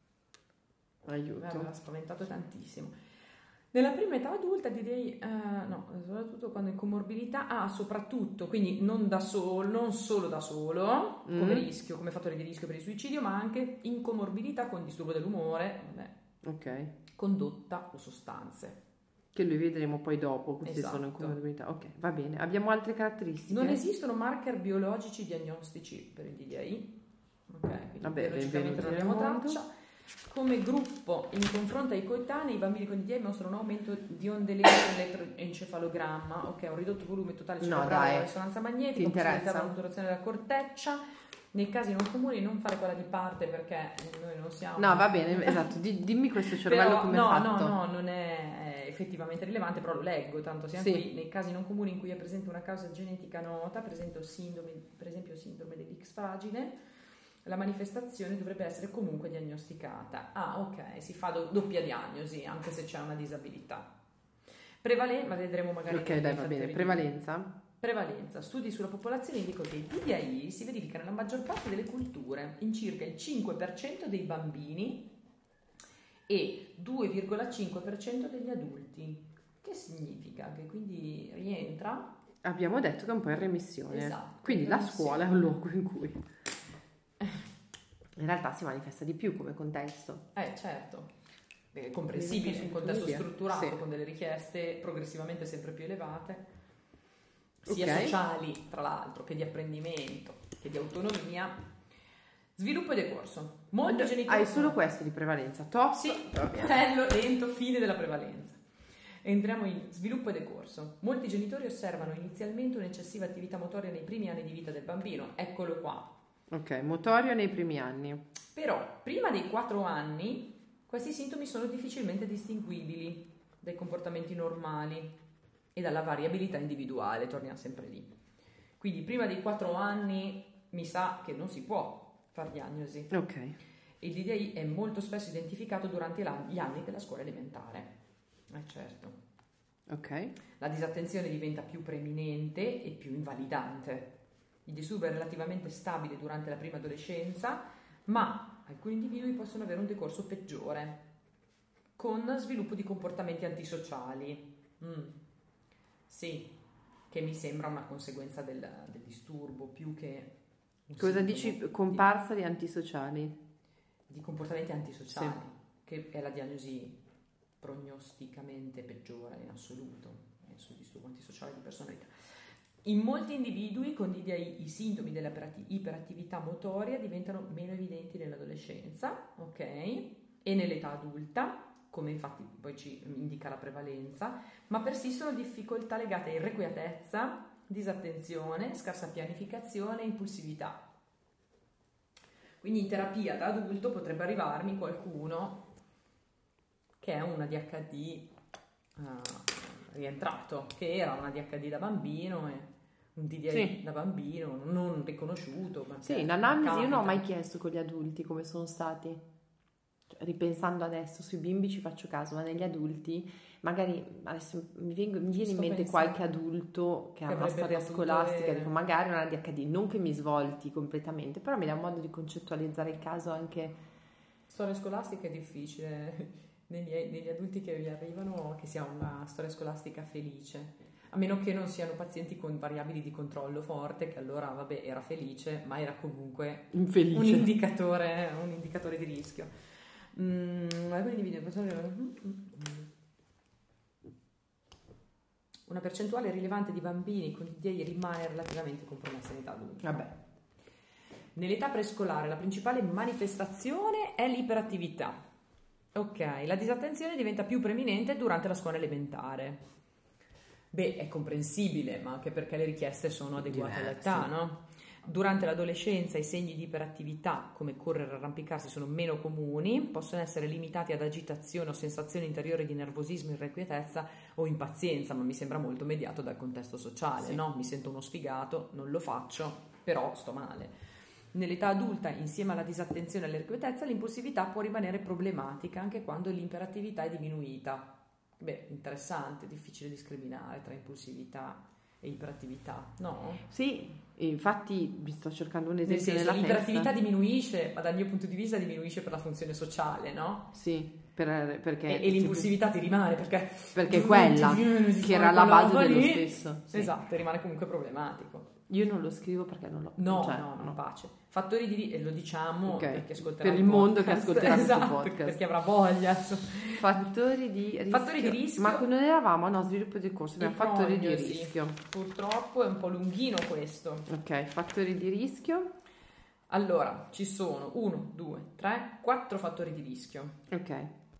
Aiuto. Mi aveva spaventato tantissimo. Nella prima età adulta direi soprattutto quando in comorbidità, soprattutto, quindi non solo da solo come rischio, come fattore di rischio per il suicidio, ma anche in comorbidità con disturbo dell'umore, condotta o sostanze. Che lui vedremo poi dopo, questi sono in comorbidità. Ok, va bene. Abbiamo altre caratteristiche? Non esistono marker biologici diagnostici per il DDI. Biologicamente non abbiamo traccia. Come gruppo, in confronto ai coetanei, i bambini con DDI mostrano un aumento di onde elettroencefalogramma, un ridotto volume totale cerebrale della risonanza magnetica, possibilità di maturazione della corteccia. Nei casi non comuni non fare quella di parte, perché noi non siamo... No, va bene, esatto, dimmi questo cervello come è fatto. No, non è effettivamente rilevante, però lo leggo, tanto siamo qui. Nei casi non comuni in cui è presente una causa genetica nota, per esempio sindrome dell'X fragile, la manifestazione dovrebbe essere comunque diagnosticata. Si fa doppia diagnosi, anche se c'è una disabilità. Ma vedremo magari... Ok, dai, va bene. Prevalenza. Studi sulla popolazione indicano che il PDAI si verifica nella maggior parte delle culture, in circa il 5% dei bambini e 2,5% degli adulti. Che significa? Che quindi rientra... Abbiamo detto che è un po' in remissione. Esatto. Quindi la scuola è un luogo in cui in realtà si manifesta di più come contesto. Certo. È comprensibile, un contesto strutturato, con delle richieste progressivamente sempre più elevate, sia sociali, tra l'altro, che di apprendimento, che di autonomia. Sviluppo e decorso. Molti genitori... Hai solo questo di prevalenza? Top? Sì, bello, lento, fine della prevalenza. Entriamo in sviluppo e decorso. Molti genitori osservano inizialmente un'eccessiva attività motoria nei primi anni di vita del bambino. Eccolo qua. Ok, motorio nei primi anni. Però, prima dei 4 anni, questi sintomi sono difficilmente distinguibili dai comportamenti normali e dalla variabilità individuale, torniamo sempre lì. Quindi prima dei 4 anni mi sa che non si può fare diagnosi. Ok. Il DDI è molto spesso identificato durante gli anni della scuola elementare. Certo. Ok. La disattenzione diventa più preminente e più invalidante. Il disturbo è relativamente stabile durante la prima adolescenza, ma alcuni individui possono avere un decorso peggiore, con sviluppo di comportamenti antisociali. Sì, che mi sembra una conseguenza del disturbo, più che... Cosa dici? Comparsa di antisociali? Di comportamenti antisociali, sì. Che è la diagnosi prognosticamente peggiore in assoluto sul disturbo antisociale di personalità. In molti individui con DDI i sintomi della iperattività motoria diventano meno evidenti nell'adolescenza, ok? E nell'età adulta, come infatti poi ci indica la prevalenza, ma persistono difficoltà legate a irrequietezza, disattenzione, scarsa pianificazione e impulsività. Quindi in terapia da adulto potrebbe arrivarmi qualcuno che è un ADHD rientrato, che era un ADHD da bambino e un DDI da bambino non riconosciuto. Sì, in anamnesi io non ho mai chiesto con gli adulti come sono stati. Cioè, ripensando adesso sui bimbi ci faccio caso, ma negli adulti magari adesso mi viene in mente qualche adulto che ha una storia scolastica, dico, magari una ADHD, non che mi svolti completamente, però mi dà un modo di concettualizzare il caso anche. Storia scolastica è difficile negli adulti che vi arrivano che sia una storia scolastica felice, a meno che non siano pazienti con variabili di controllo forte, che allora vabbè era felice ma era comunque infelice. un indicatore di rischio. Una percentuale rilevante di bambini con DDI rimane relativamente compromessa in età adulta. Vabbè. Nell'età prescolare la principale manifestazione è l'iperattività. Ok, la disattenzione diventa più preminente durante la scuola elementare. Beh, è comprensibile, ma anche perché le richieste sono adeguate all'età, no? Durante l'adolescenza i segni di iperattività, come correre e arrampicarsi, sono meno comuni, possono essere limitati ad agitazione o sensazioni interiori di nervosismo, irrequietezza o impazienza, ma mi sembra molto mediato dal contesto sociale, no? Mi sento uno sfigato, non lo faccio, però sto male. Nell'età adulta, insieme alla disattenzione e all'irrequietezza, l'impulsività può rimanere problematica anche quando l'iperattività è diminuita. Beh, interessante, difficile discriminare tra impulsività e iperattività, no? Sì, infatti vi sto cercando un esempio nella testa. L'iperattività testa. Diminuisce, ma dal mio punto di vista diminuisce per la funzione sociale, no? Sì, perché... E l'impulsività ti rimane, perché è quella che era la base dello stesso. Sì. Esatto, rimane comunque problematico. Io non lo scrivo perché non lo... No, pace. Fattori di... lo diciamo perché ascolterà per il mondo che ascolterà questo podcast. Perché avrà voglia. Fattori di rischio. Ma non eravamo, sviluppo del corso, abbiamo fattori di rischio. Purtroppo è un po' lunghino questo. Ok, fattori di rischio. Allora, ci sono 1, 2, 3, 4 fattori di rischio. Ok.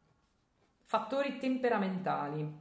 Fattori temperamentali.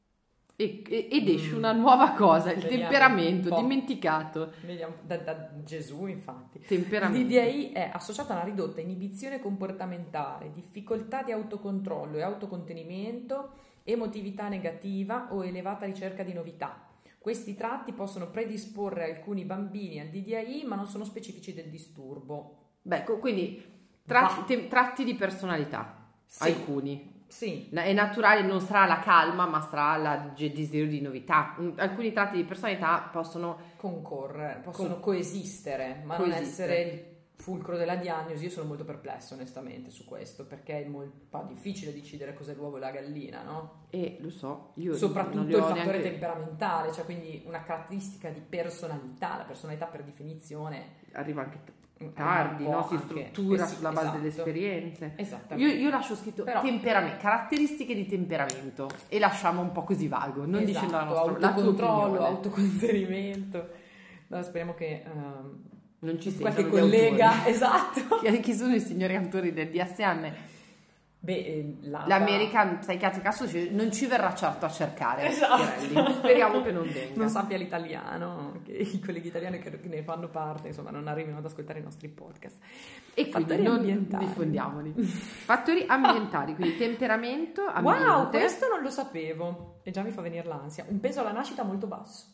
Ed esce una nuova cosa, il temperamento, dimenticato. Vediamo, da Gesù infatti. Temperamento. Il DDI è associato a una ridotta inibizione comportamentale, difficoltà di autocontrollo e autocontenimento, emotività negativa o elevata ricerca di novità. Questi tratti possono predisporre alcuni bambini al DDI, ma non sono specifici del disturbo. Beh, quindi tratti di personalità, sì. Alcuni. Sì. È naturale, non sarà la calma, ma sarà il desiderio di novità. Alcuni tratti di personalità possono concorrere, possono coesistere, ma non essere fulcro della diagnosi, io sono molto perplesso onestamente su questo, perché è molto difficile decidere cos'è l'uovo e la gallina, no? Lo so, io soprattutto il fattore temperamentale, cioè quindi una caratteristica di personalità. La personalità per definizione arriva anche tardi, no? Si struttura sulla base delle esperienze. Esattamente. Io lascio scritto temperamento, caratteristiche di temperamento, e lasciamo un po' così vago, non dicendo la nostra autocontrollo, autocontenimento. Allora, speriamo che non ci sia qualche collega, esatto. Chi sono i signori autori del DSM? Beh, l'American Psychiatric Association non ci verrà certo a cercare. Esatto. Speriamo che non venga. Non sappia l'italiano, che i colleghi italiani che ne fanno parte, insomma, non arrivino ad ascoltare i nostri podcast. E quindi non diffondiamoli. Fattori ambientali, quindi temperamento, ambiente. Wow, questo non lo sapevo e già mi fa venire l'ansia. Un peso alla nascita molto basso.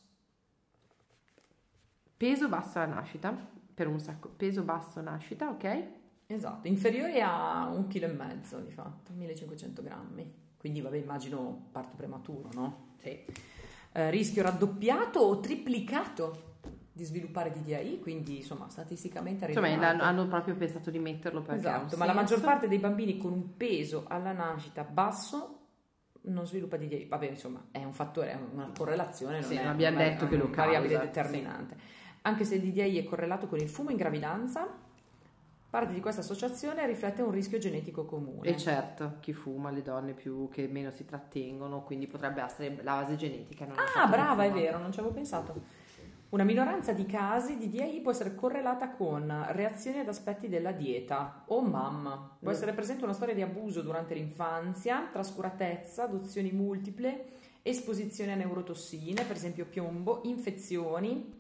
Peso basso alla nascita, per un sacco. Peso basso nascita, ok? Esatto, inferiore a 1,5 kg di fatto, 1500 grammi. Quindi vabbè, immagino parto prematuro, no? Sì. Rischio raddoppiato o triplicato di sviluppare DDI, quindi insomma statisticamente insomma hanno proprio pensato di metterlo perché esatto, ma la maggior parte dei bambini con un peso alla nascita basso non sviluppa DDI. Vabbè, insomma, è un fattore, è una correlazione, non abbiamo detto che lo causa, variabile determinante. Sì. Anche se il DDI è correlato con il fumo in gravidanza, parte di questa associazione riflette un rischio genetico comune. E certo, chi fuma, le donne più che meno si trattengono, quindi potrebbe essere la base genetica. Non brava, è vero, non ci avevo pensato. Una minoranza di casi di DDI può essere correlata con reazioni ad aspetti della dieta o mamma. Può essere presente una storia di abuso durante l'infanzia, trascuratezza, adozioni multiple, esposizione a neurotossine, per esempio piombo, infezioni,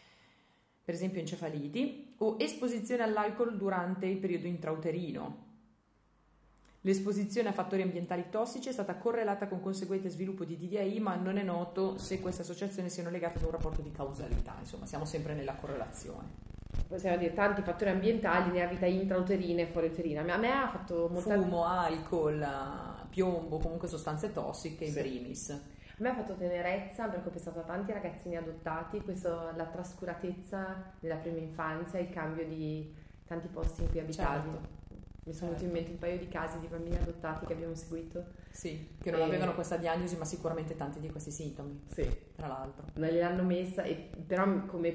per esempio encefaliti, o esposizione all'alcol durante il periodo intrauterino. L'esposizione a fattori ambientali tossici è stata correlata con conseguente sviluppo di DDI, ma non è noto se queste associazioni siano legate ad un rapporto di causalità. Insomma, siamo sempre nella correlazione. Possiamo dire tanti fattori ambientali nella vita intrauterina e fuoriuterina. A me ha fatto molta... Fumo, alcol, piombo, comunque sostanze tossiche in primis. A me ha fatto tenerezza perché ho pensato a tanti ragazzini adottati, la trascuratezza nella prima infanzia, il cambio di tanti posti in cui abitavi. Certo. Mi sono venuti in mente un paio di casi di bambini adottati che abbiamo seguito. Sì, che non avevano questa diagnosi, ma sicuramente tanti di questi sintomi. Sì. Tra l'altro. Non gliel'hanno messa, però come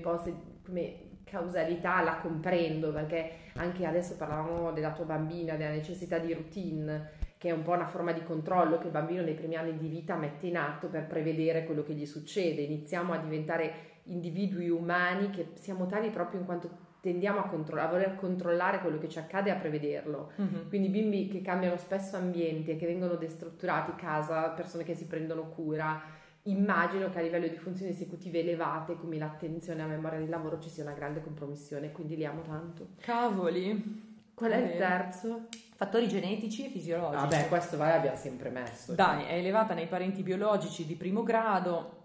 causalità la comprendo, perché anche adesso parlavamo della tua bambina, della necessità di routine, che è un po' una forma di controllo che il bambino nei primi anni di vita mette in atto per prevedere quello che gli succede. Iniziamo a diventare individui umani che siamo tali proprio in quanto tendiamo a voler controllare quello che ci accade e a prevederlo. Quindi bimbi che cambiano spesso ambienti, che vengono destrutturati, casa, persone che si prendono cura. Immagino che a livello di funzioni esecutive elevate come l'attenzione a memoria del lavoro ci sia una grande compromissione, quindi li amo tanto. Cavoli! Qual è il terzo? Fattori genetici e fisiologici. Vabbè, questo l'abbiamo sempre messo. Dai, è elevata nei parenti biologici di primo grado.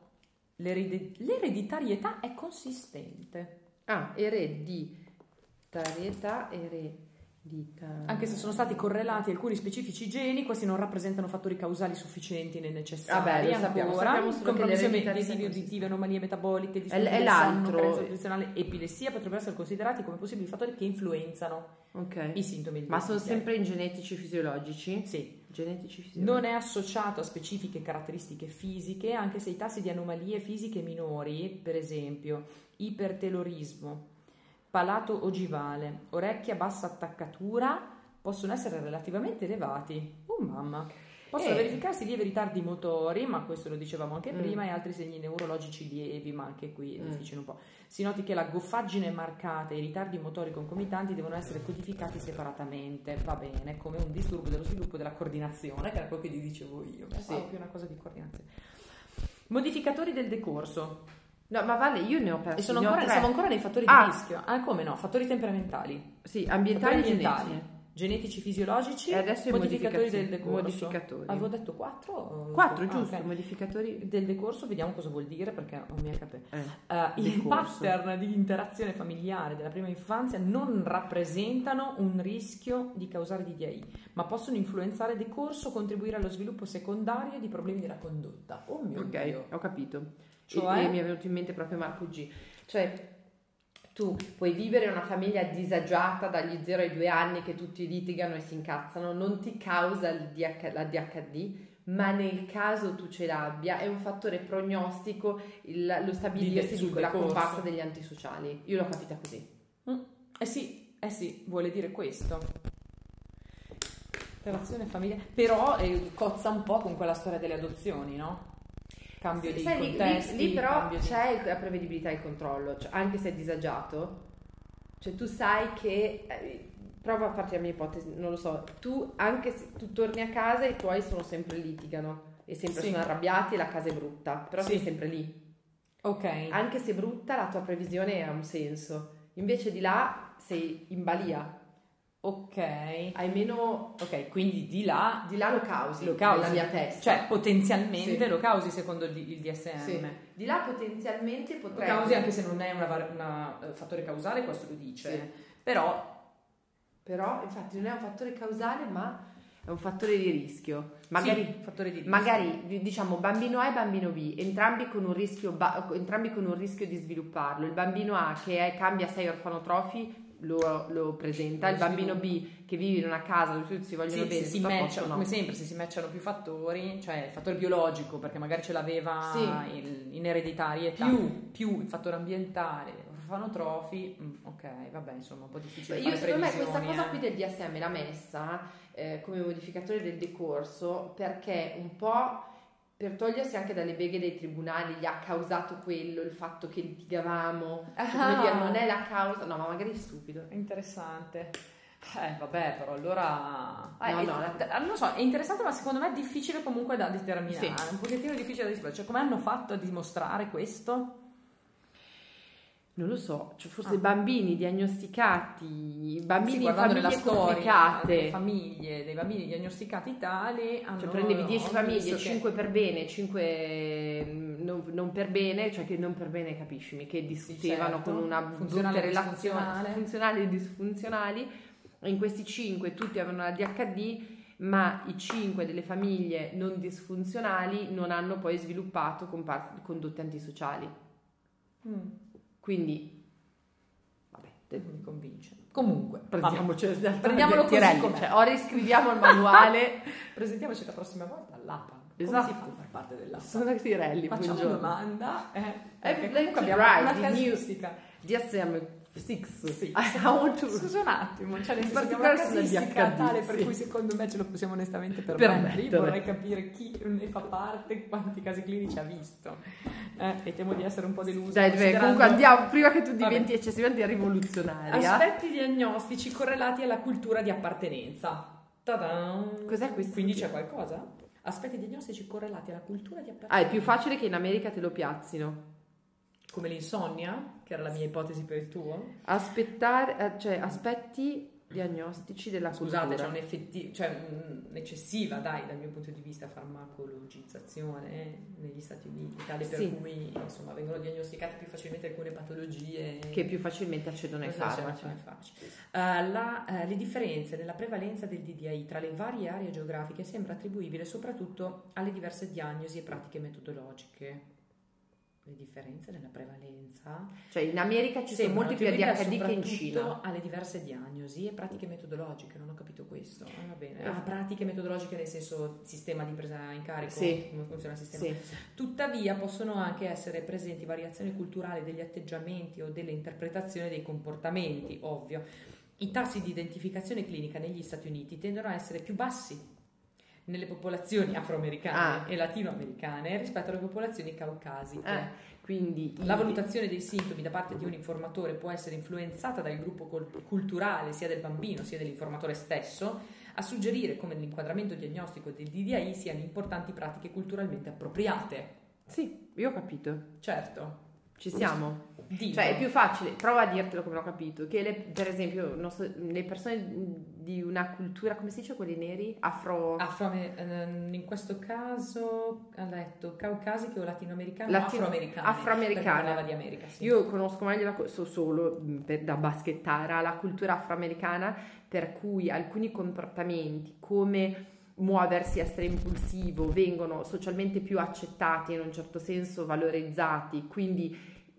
L'ereditarietà è consistente. Ereditarietà. Anche se sono stati correlati alcuni specifici geni, questi non rappresentano fattori causali sufficienti né necessari. Vabbè, lo sappiamo solo compromissioni visive, uditive, anomalie metaboliche, disturbi del sonno, carenza nutrizionale, epilessia potrebbero essere considerati come possibili fattori che influenzano i sintomi. Ma sono sempre in genetici fisiologici? Sì. Genetici fisiologici. Non è associato a specifiche caratteristiche fisiche, anche se i tassi di anomalie fisiche minori, per esempio ipertelorismo, palato ogivale, orecchia bassa attaccatura, possono essere relativamente elevati. Mamma! Possono verificarsi lievi ritardi motori, ma questo lo dicevamo anche prima, e altri segni neurologici lievi, ma anche qui è difficile un po'. Si noti che la goffaggine marcata e i ritardi motori concomitanti devono essere codificati separatamente, va bene, come un disturbo dello sviluppo della coordinazione, che era quello che ti dicevo io, pensavo più una cosa di coordinazione. Modificatori del decorso. No, ma Vale, io ne ho persi. Siamo ancora nei fattori di rischio. Come no? Fattori temperamentali. Sì, ambientali e genetici fisiologici e adesso modificatori del decorso. Modificatori. Avevo detto 4? 4, giusto, okay. Modificatori del decorso, vediamo cosa vuol dire perché non mi è capito. I pattern di interazione familiare della prima infanzia non rappresentano un rischio di causare DDI, ma possono influenzare decorso o contribuire allo sviluppo secondario di problemi della condotta. Oh mio Dio. Ho capito. Cioè? E mi è venuto in mente proprio Marco G. Cioè, tu puoi vivere in una famiglia disagiata dagli 0 ai 2 anni che tutti litigano e si incazzano, non ti causa la DHD, ma nel caso tu ce l'abbia è un fattore prognostico lo stabilirsi di quella comparsa degli antisociali. Io l'ho capita così. Eh sì, vuole dire questo. Relazione familiare, però cozza un po' con quella storia delle adozioni, no? Cambio di contesti. Lì però c'è la prevedibilità e il controllo, cioè, anche se è disagiato, cioè tu sai che prova a farti la mia ipotesi, non lo so, tu anche se tu torni a casa i tuoi sono sempre litigano e sempre sono arrabbiati e la casa è brutta, però sei sempre lì. Ok. Anche se brutta la tua previsione ha un senso, invece di là sei in balia. Ok. Hai meno... Ok, quindi di là lo causi nella mia testa. Cioè potenzialmente lo causi secondo il DSM. Sì. Di là potenzialmente potrebbe... Lo causi anche se non è un fattore causale, questo lo dice. Sì. Però infatti non è un fattore causale, ma è un fattore di rischio. Magari, fattore di rischio. Magari diciamo bambino A e bambino B, entrambi con un rischio di svilupparlo. Il bambino A che cambia 6 orfanotrofi lo presenta, il bambino B che vive in una casa dove tutti si vogliono bene, si matchano, come sempre, se si matchano più fattori, cioè il fattore biologico perché magari ce l'aveva in ereditarietà, più il fattore ambientale, orfanotrofi, ok, vabbè, insomma un po' difficile fare secondo me previsioni. Questa cosa qui del DSM l'ha messa come modificatore del decorso perché un po' per togliersi anche dalle beghe dei tribunali gli ha causato quello, il fatto che litigavamo, come dire, non è la causa, no, ma magari è stupido. Interessante. Vabbè, però allora non so, è interessante, ma secondo me è difficile comunque da determinare, un pochettino difficile da determinare, cioè come hanno fatto a dimostrare questo? Non lo so, cioè forse bambini diagnosticati, bambini in guardando famiglie nella storia complicate, famiglie dei bambini diagnosticati tali hanno, cioè prendevi 10 famiglie, 5 per bene, 5 non per bene, cioè che non per bene capiscimi, che discutevano con una brutta relazione funzionali e disfunzionali, in questi 5 tutti avevano la DHD, ma i 5 delle famiglie non disfunzionali non hanno poi sviluppato condotte antisociali. Quindi vabbè, mi convince. Comunque prendiamolo così com'è. Cioè, ora iscriviamo il manuale. Presentiamoci la prossima volta all'APA. Esatto. Come si fa a far parte dell'APA? Sono i Tirelli. Facciamo una domanda. Comunque abbiamo una casistica. DSM 6. Sì. Scusa un attimo, cioè nel senso una casistica tale per cui secondo me ce lo possiamo onestamente permettere. Io vorrei capire chi ne fa parte, quanti casi clinici ha visto. E temo di essere un po' delusa. Dai, comunque andiamo, prima che tu diventi eccessivamente rivoluzionaria. Aspetti diagnostici correlati alla cultura di appartenenza. Ta-da! Cos'è questo? Quindi c'è qualcosa? Aspetti diagnostici correlati alla cultura di appartenenza. È più facile che in America te lo piazzino. Come l'insonnia, che era la mia ipotesi per il tuo? Aspetti diagnostici della cultura. Scusate, c'è un'eccessiva, dal mio punto di vista, farmacologizzazione negli Stati Uniti, tale per cui insomma vengono diagnosticate più facilmente alcune patologie che più facilmente accedono ai farmaci. Le differenze nella prevalenza del DDI tra le varie aree geografiche sembra attribuibile soprattutto alle diverse diagnosi e pratiche metodologiche. Le differenze nella prevalenza, cioè in America ci sono molti più ADHD che in Cina, alle diverse diagnosi e pratiche metodologiche. Non ho capito questo. Va bene. Pratiche metodologiche nel senso sistema di presa in carico, come funziona il sistema. Tuttavia possono anche essere presenti variazioni culturali degli atteggiamenti o delle interpretazioni dei comportamenti, ovvio. I tassi di identificazione clinica negli Stati Uniti tendono a essere più bassi nelle popolazioni afroamericane e latinoamericane rispetto alle popolazioni caucasiche. Quindi la valutazione dei sintomi da parte di un informatore può essere influenzata dal gruppo culturale sia del bambino sia dell'informatore stesso, a suggerire come l'inquadramento diagnostico del DDI siano importanti pratiche culturalmente appropriate. Sì, io ho capito. Certo. Ci siamo. Cioè è più facile, prova a dirtelo come ho capito, che per esempio le persone di una cultura, come si dice quelli neri? In questo caso ha detto caucasiche o latinoamericane? Afroamericane. Parlava di America, sì. Io conosco meglio solo da baschettara la cultura afroamericana, per cui alcuni comportamenti come muoversi, essere impulsivo, vengono socialmente più accettati e in un certo senso valorizzati, quindi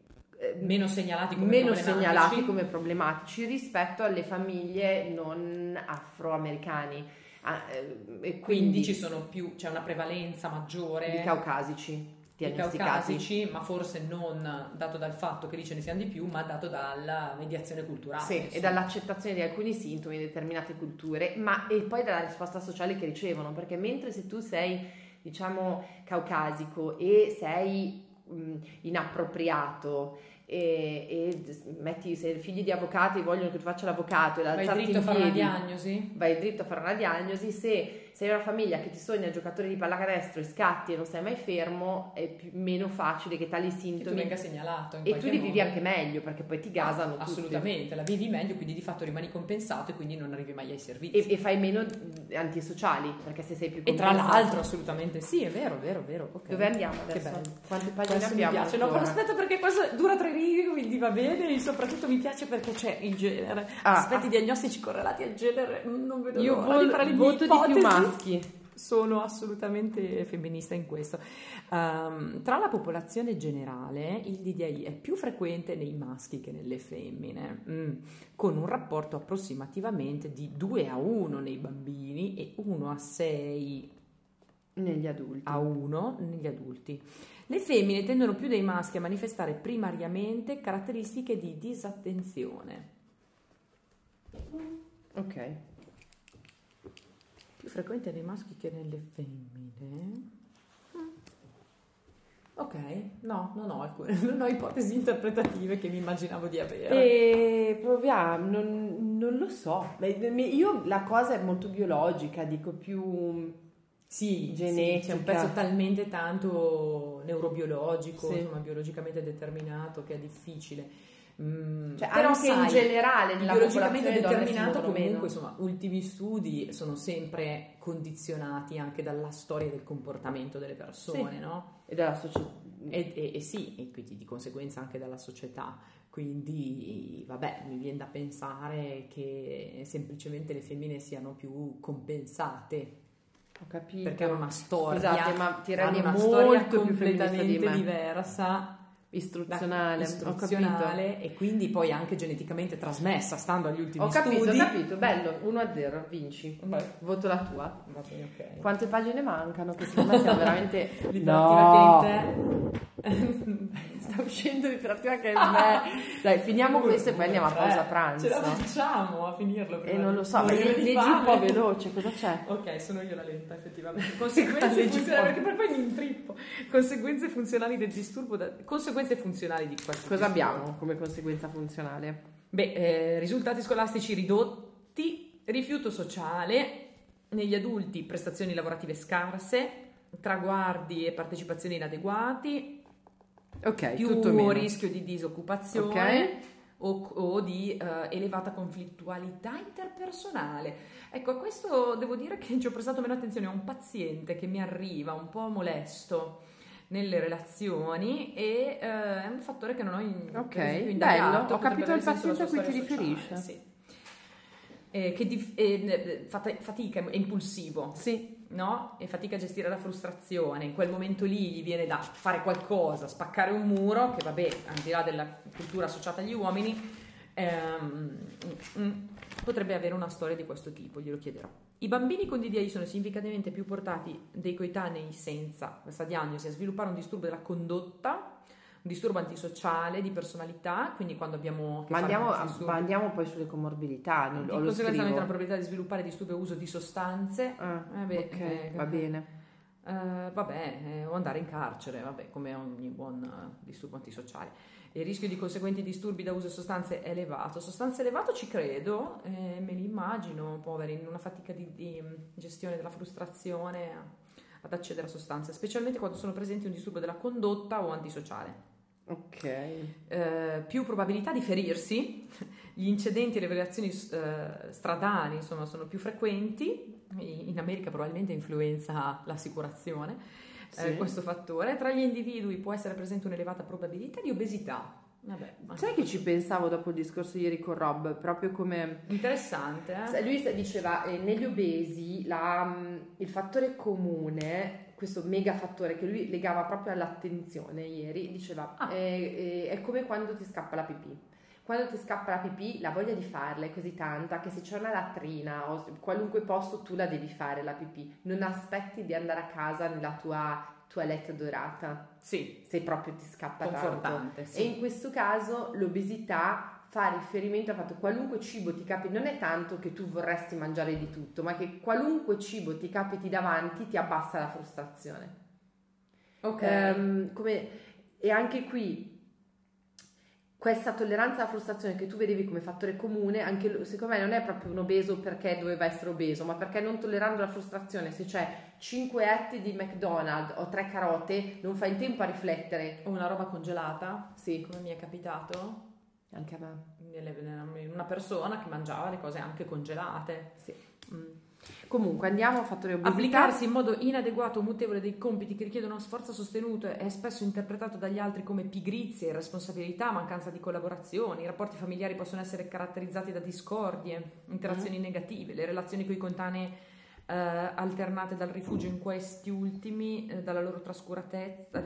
meno segnalati come problematici rispetto alle famiglie non afroamericani. E quindi ci sono c'è una prevalenza maggiore di caucasici diagnosticati, ma forse non dato dal fatto che lì ce ne siano di più, ma dato dalla mediazione culturale. Sì, e dall'accettazione di alcuni sintomi in determinate culture, e poi dalla risposta sociale che ricevono, perché mentre se tu sei, diciamo, caucasico e sei inappropriato e metti, se figli di avvocati vogliono che tu faccia l'avvocato e vai dritto a fare una diagnosi, vai dritto a fare una diagnosi. Se sei una famiglia che ti sogna giocatore di pallacanestro e scatti e non stai mai fermo, è meno facile che tali sintomi tu venga segnalato e tu li vivi anche meglio, perché poi ti gasano tutti. Assolutamente, la vivi meglio, quindi di fatto rimani compensato e quindi non arrivi mai ai servizi e fai meno antisociali, perché se sei più compensato. E tra l'altro assolutamente sì, è vero. Okay. Dove andiamo adesso? Che bello. Quante pagine abbiamo? Mi piace. No, aspetta, perché questo dura 3 righe, quindi va bene, e soprattutto mi piace perché c'è il genere, aspetti diagnostici correlati al genere, non vedo l'ora di fare le mie ipotesi. Di più maschi. Sono assolutamente femminista in questo. Tra la popolazione generale il DDI è più frequente nei maschi che nelle femmine, con un rapporto approssimativamente di 2-1 nei bambini e 1-6 negli adulti. A 1 negli adulti. Le femmine tendono più dei maschi a manifestare primariamente caratteristiche di disattenzione. Ok. Più frequente nei maschi che nelle femmine. Ok, no, non ho ipotesi interpretative che mi immaginavo di avere. E proviamo, non lo so. Io la cosa è molto biologica, dico più genetica. C'è un pezzo talmente tanto neurobiologico, insomma, biologicamente determinato, che è difficile. Però anche in generale nella biologicamente determinato, comunque insomma ultimi studi sono sempre condizionati anche dalla storia del comportamento delle persone, no? E dalla società e quindi di conseguenza anche dalla società. Quindi vabbè, mi viene da pensare che semplicemente le femmine siano più compensate. Ho capito. Perché hanno una storia, scusate, ma ti rendi una molto storia più completamente diversa, istruzionale, e quindi poi anche geneticamente trasmessa, stando agli ultimi studi. Ho capito, bello, 1-0, vinci. Beh. Voto la tua. Va bene, okay. Quante pagine mancano? Che secondo me siamo veramente l'iperattiva che in te sta uscendo l'iperattiva che in me. Dai, finiamo questo e poi andiamo a pausa pranzo. Ce la facciamo a finirlo prima. E non lo so, leggi un po' veloce, cosa c'è? Ok, sono io la lenta, effettivamente. Conseguenze funzionali, perché poi mi intrippo. Conseguenze funzionali del disturbo conseguenze funzionali di questo. Cosa abbiamo come conseguenza funzionale? Risultati scolastici ridotti, rifiuto sociale negli adulti, prestazioni lavorative scarse, traguardi e partecipazioni inadeguati, più rischio di disoccupazione o di elevata conflittualità interpersonale. Ecco, a questo devo dire che ci ho prestato meno attenzione. A un paziente che mi arriva un po' molesto nelle relazioni e è un fattore che non ho indagato. Bello, ho capito il paziente a cui ti riferisci. Sì. Fatica, è impulsivo, no? E fatica a gestire la frustrazione. In quel momento lì gli viene da fare qualcosa, spaccare un muro, che vabbè, al di là della cultura associata agli uomini, potrebbe avere una storia di questo tipo, glielo chiederò. I bambini con DDI sono significativamente più portati dei coetanei senza questa diagnosi a sviluppare un disturbo della condotta, un disturbo antisociale di personalità, quindi quando abbiamo andiamo poi sulle comorbidità, di conseguenza anche la probabilità di sviluppare disturbo e uso di sostanze. Va bene. O andare in carcere, come ogni buon disturbo antisociale. Il rischio di conseguenti disturbi da uso di sostanze è elevato. Sostanze elevato ci credo, me li immagino, poveri, in una fatica di gestione della frustrazione ad accedere a sostanze, specialmente quando sono presenti un disturbo della condotta o antisociale. Più probabilità di ferirsi, gli incidenti e le violazioni stradali insomma sono più frequenti. In America probabilmente influenza l'assicurazione questo fattore. Tra gli individui può essere presente un'elevata probabilità di obesità, Vabbè, sai che ci pensavo dopo il discorso ieri con Rob, proprio come... Interessante, Lui diceva, negli obesi il fattore comune, questo mega fattore che lui legava proprio all'attenzione ieri, diceva, è come quando ti scappa la pipì. Quando ti scappa la pipì, la voglia di farla è così tanta che se c'è una latrina o qualunque posto tu la devi fare la pipì, non aspetti di andare a casa nella tua toilette dorata, sì, se proprio ti scappa confortante, tanto. sì. E in questo caso l'obesità fa riferimento al fatto che qualunque cibo ti capiti, non è tanto che tu vorresti mangiare di tutto, ma che qualunque cibo ti capiti davanti ti abbassa la frustrazione. Ok. E anche qui questa tolleranza alla frustrazione che tu vedevi come fattore comune, anche secondo me non è proprio un obeso perché doveva essere obeso, ma perché non tollerando la frustrazione, se c'è 5 etti di McDonald's o 3 carote, non fai in tempo a riflettere. O una roba congelata, sì, come mi è capitato anche a me, una persona che mangiava le cose anche congelate. Sì. Comunque andiamo a fattore obesità. Applicarsi in modo inadeguato o mutevole dei compiti che richiedono sforzo sostenuto è spesso interpretato dagli altri come pigrizia, irresponsabilità, mancanza di collaborazione. I rapporti familiari possono essere caratterizzati da discordie, interazioni negative, le relazioni con i coetanei alternate dal rifugio in questi ultimi, dalla loro trascuratezza,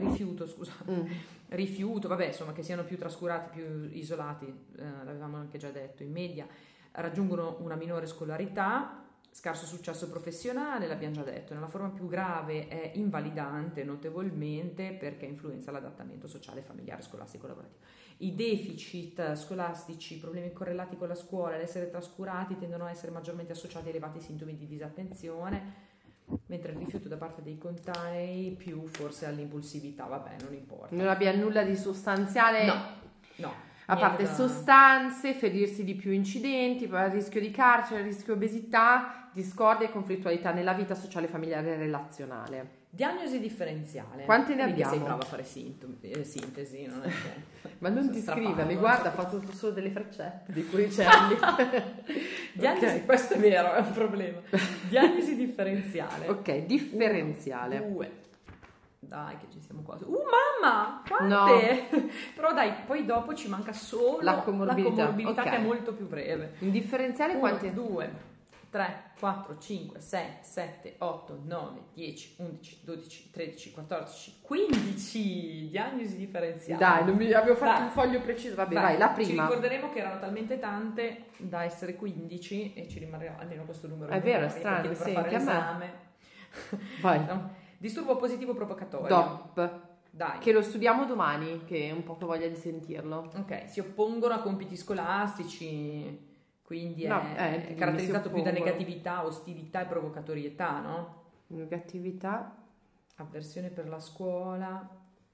rifiuto, vabbè, insomma, che siano più trascurati, più isolati, l'avevamo anche già detto, in media raggiungono una minore scolarità, scarso successo professionale, l'abbiamo già detto, nella forma più grave è invalidante notevolmente perché influenza l'adattamento sociale, familiare, scolastico, lavorativo. I deficit scolastici, problemi correlati con la scuola, l'essere trascurati tendono a essere maggiormente associati a elevati sintomi di disattenzione, mentre il rifiuto da parte dei coetanei più forse all'impulsività, vabbè, non importa. Non abbia nulla di sostanziale? No. A parte sostanze, ferirsi di più incidenti, il rischio di carcere, il rischio di obesità, discordia e conflittualità nella vita sociale, familiare e relazionale. Diagnosi differenziale. Quante ne abbiamo? Sei brava a fare sintesi, non è che... Ma non ti scriva, mi guarda, ha fatto solo delle freccette, dei curicelli. Diagnosi, okay. Questo è vero, è un problema. Diagnosi differenziale. Ok, differenziale. 1, 2. Dai, che ci siamo quasi. Mamma! Quante? No. Però dai, poi dopo ci manca solo la comorbidità okay. Che è molto più breve. In differenziale quante? 2, 3, 4, 5, 6, 7, 8, 9, 10, 11, 12, 13, 14, 15 diagnosi differenziali. Dai, non mi avevo fatto un foglio preciso. Vabbè, vai, la prima. Ci ricorderemo che erano talmente tante da essere 15 e ci rimarrà almeno questo numero. È vero, è strano, sì, fare l'esame. Vai. No. Disturbo positivo provocatorio. DOP. Dai. Che lo studiamo domani, che ho un po' voglia di sentirlo. Ok, si oppongono a compiti scolastici, quindi è caratterizzato più da negatività, ostilità e provocatorietà, no? Negatività. Avversione per la scuola.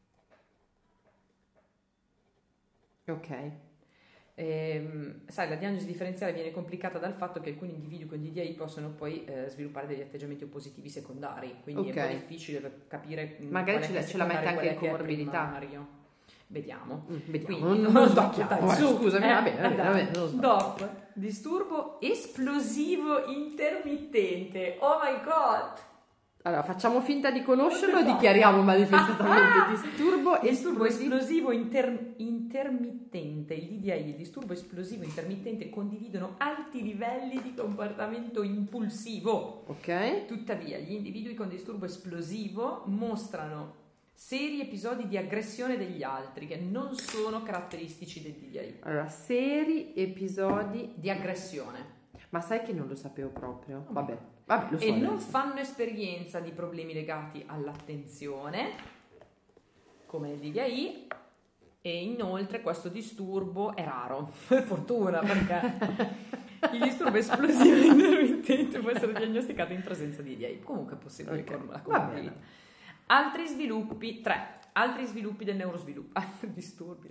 Ok. Sai, la diagnosi differenziale viene complicata dal fatto che alcuni individui con DDI possono poi sviluppare degli atteggiamenti oppositivi secondari, quindi è un po' difficile capire magari ce la mette anche in comorbidità. Vediamo. Vediamo. Non lo so, scusami, va bene, DOP, disturbo esplosivo intermittente. Oh my god. Allora, facciamo finta di conoscerlo e dichiariamo manifestamente disturbo esplosivo intermittente. Il DDI e il disturbo esplosivo intermittente condividono alti livelli di comportamento impulsivo. Ok. Tuttavia, gli individui con disturbo esplosivo mostrano seri episodi di aggressione degli altri che non sono caratteristici del DDI. Allora, seri episodi di aggressione. Ma sai che non lo sapevo proprio? Vabbè, lo so. E non fanno esperienza di problemi legati all'attenzione, come il DDI, e inoltre questo disturbo è raro, per fortuna, perché il disturbo esplosivo intermittente può essere diagnosticato in presenza di DDI. Comunque è possibile con la comorbidità. Altri sviluppi, 3. Altri sviluppi del neurosviluppo. Disturbi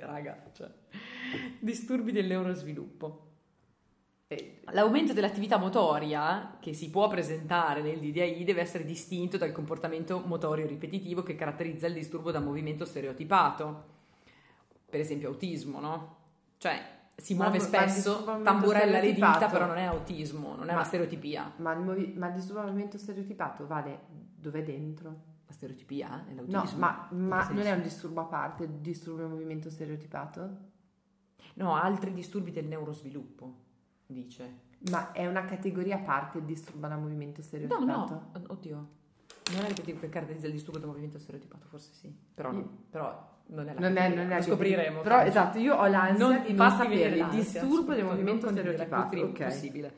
del neurosviluppo. L'aumento dell'attività motoria che si può presentare nel DDI deve essere distinto dal comportamento motorio ripetitivo che caratterizza il disturbo da movimento stereotipato, per esempio autismo, no? Cioè si muove spesso, tamburella le dita, però non è autismo, non è una stereotipia. Ma il disturbo movimento stereotipato vale dov'è dentro? La stereotipia è l'autismo? No, ma non è un disturbo a parte il disturbo del movimento stereotipato? No, altri disturbi del neurosviluppo, dice. Ma è una categoria a parte il disturbo da movimento stereotipato? No, oddio. Non è che caratterizza il disturbo da movimento stereotipato, forse sì. Però non è la categoria. Lo scopriremo. Però esatto, io ho l'ansia di non sapere il disturbo del movimento stereotipato. È più possibile.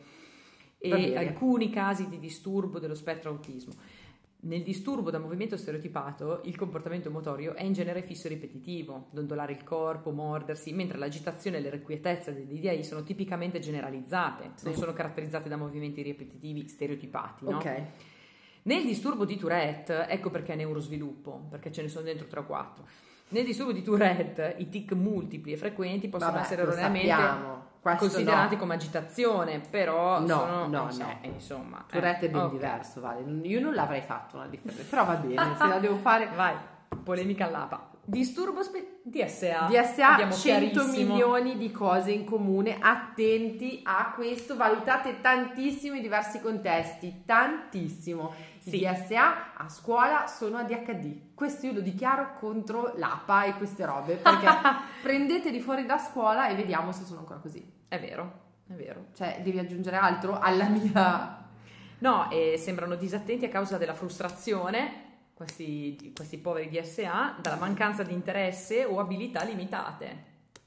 E alcuni casi di disturbo dello spettro autismo. Nel disturbo da movimento stereotipato il comportamento motorio è in genere fisso e ripetitivo, dondolare il corpo, mordersi, mentre l'agitazione e l'irrequietezza dell'IDI sono tipicamente generalizzate, non sono caratterizzate da movimenti ripetitivi stereotipati, no? Ok. Nel disturbo di Tourette, ecco perché è neurosviluppo, perché ce ne sono dentro 3 o 4. Nel disturbo di Tourette i tic multipli e frequenti possono essere erroneamente considerati come agitazione, però insomma, Tourette è ben diverso, Vale. Io non l'avrei fatto una differenza, però va bene, se la devo fare. Vai, polemica all'APA. Disturbo DSA. DSA, 100 milioni di cose in comune, attenti a questo, valutate tantissimo i diversi contesti, tantissimo. I DSA a scuola sono ADHD, questo io lo dichiaro contro l'APA e queste robe, perché prendeteli fuori da scuola e vediamo se sono ancora così. È vero. Cioè, devi aggiungere altro alla mia... No, sembrano disattenti a causa della frustrazione, questi poveri DSA, dalla mancanza di interesse o abilità limitate.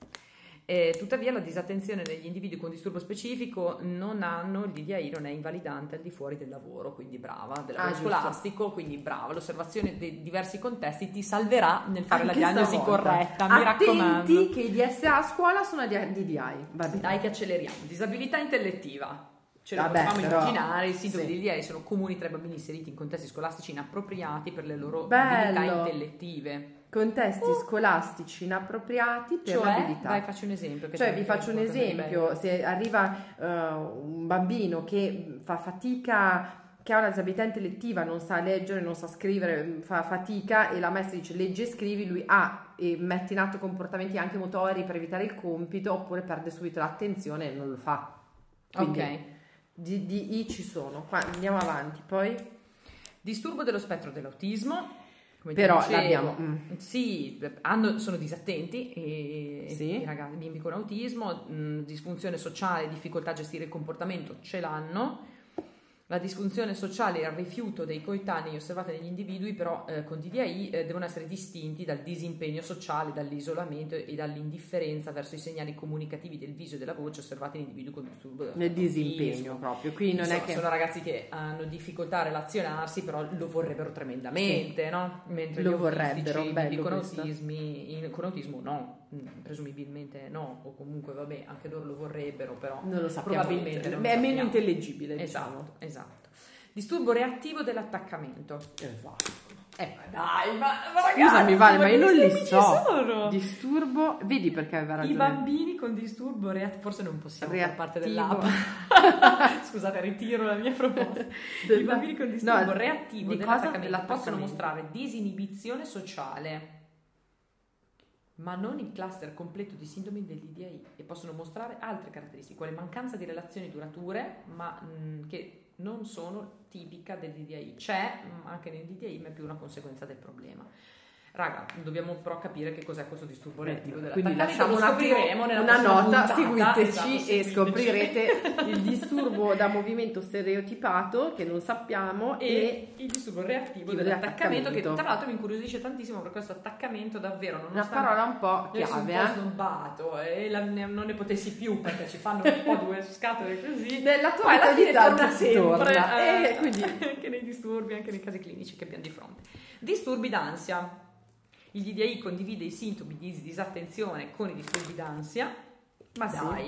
Tuttavia la disattenzione negli individui con disturbo specifico il DDAI non è invalidante al di fuori del lavoro, quindi brava, del lavoro scolastico, quindi brava, l'osservazione dei diversi contesti ti salverà nel fare anche la diagnosi corretta, mi raccomando. Attenti che i DSA a scuola sono DDI, va bene. Dai che acceleriamo. Disabilità intellettiva. Ce lo potevamo immaginare, i sintomi di DDAI sono comuni tra i bambini inseriti in contesti scolastici inappropriati per le loro abilità intellettive. Contesti scolastici inappropriati per l'abilità. Dai, faccio un esempio. Vi faccio un esempio. Se arriva un bambino che fa fatica, che ha una disabilità intellettiva, non sa leggere, non sa scrivere, fa fatica e la maestra dice leggi e scrivi, lui e mette in atto comportamenti anche motori per evitare il compito, oppure perde subito l'attenzione e non lo fa. Quindi, ok. DI ci sono. Qua, andiamo avanti. Poi disturbo dello spettro dell'autismo. Però l'abbiamo. Sì, sono disattenti i ragazzi, bimbi con autismo, disfunzione sociale, difficoltà a gestire il comportamento ce l'hanno. La disfunzione sociale e il rifiuto dei coetanei osservate negli individui però con DDAI devono essere distinti dal disimpegno sociale, dall'isolamento e dall'indifferenza verso i segnali comunicativi del viso e della voce osservati in individui con disturbo nel disimpegno proprio. Qui non è che sono ragazzi che hanno difficoltà a relazionarsi, però lo vorrebbero tremendamente, no? Mentre lo vorrebbero, con autismo no, presumibilmente no, o comunque vabbè, anche loro lo vorrebbero, però non lo sappiamo, probabilmente non è meno intellegibile, esatto. Disturbo reattivo dell'attaccamento. Esatto. Dai, ma scusami, ragazzi, Vale, ma io non li so. Sono? Disturbo, vedi perché aveva ragione. I bambini con disturbo reattivo, forse non possiamo far parte dell'app. Scusate, ritiro la mia proposta. I bambini con disturbo reattivo dell'attaccamento possono mostrare disinibizione sociale, ma non il cluster completo di sindromi dell'IDI, e possono mostrare altre caratteristiche, quale mancanza di relazioni durature, ma che non sono tipica del DDI. C'è anche nel DDI, ma è più una conseguenza del problema. Raga, dobbiamo però capire che cos'è questo disturbo reattivo quindi lasciamo una nota, seguiteci e scoprirete il disturbo da movimento stereotipato che non sappiamo e il disturbo reattivo dell'attaccamento, che tra l'altro mi incuriosisce tantissimo, per questo attaccamento davvero una parola un po' chiave, un po' snobbato e non ne potessi più perché ci fanno un po' 2 scatole così nella tua vita torna sempre quindi anche nei disturbi, anche nei casi clinici che abbiamo di fronte. Disturbi d'ansia. Il DDI condivide i sintomi di disattenzione con i disturbi d'ansia, ma dai,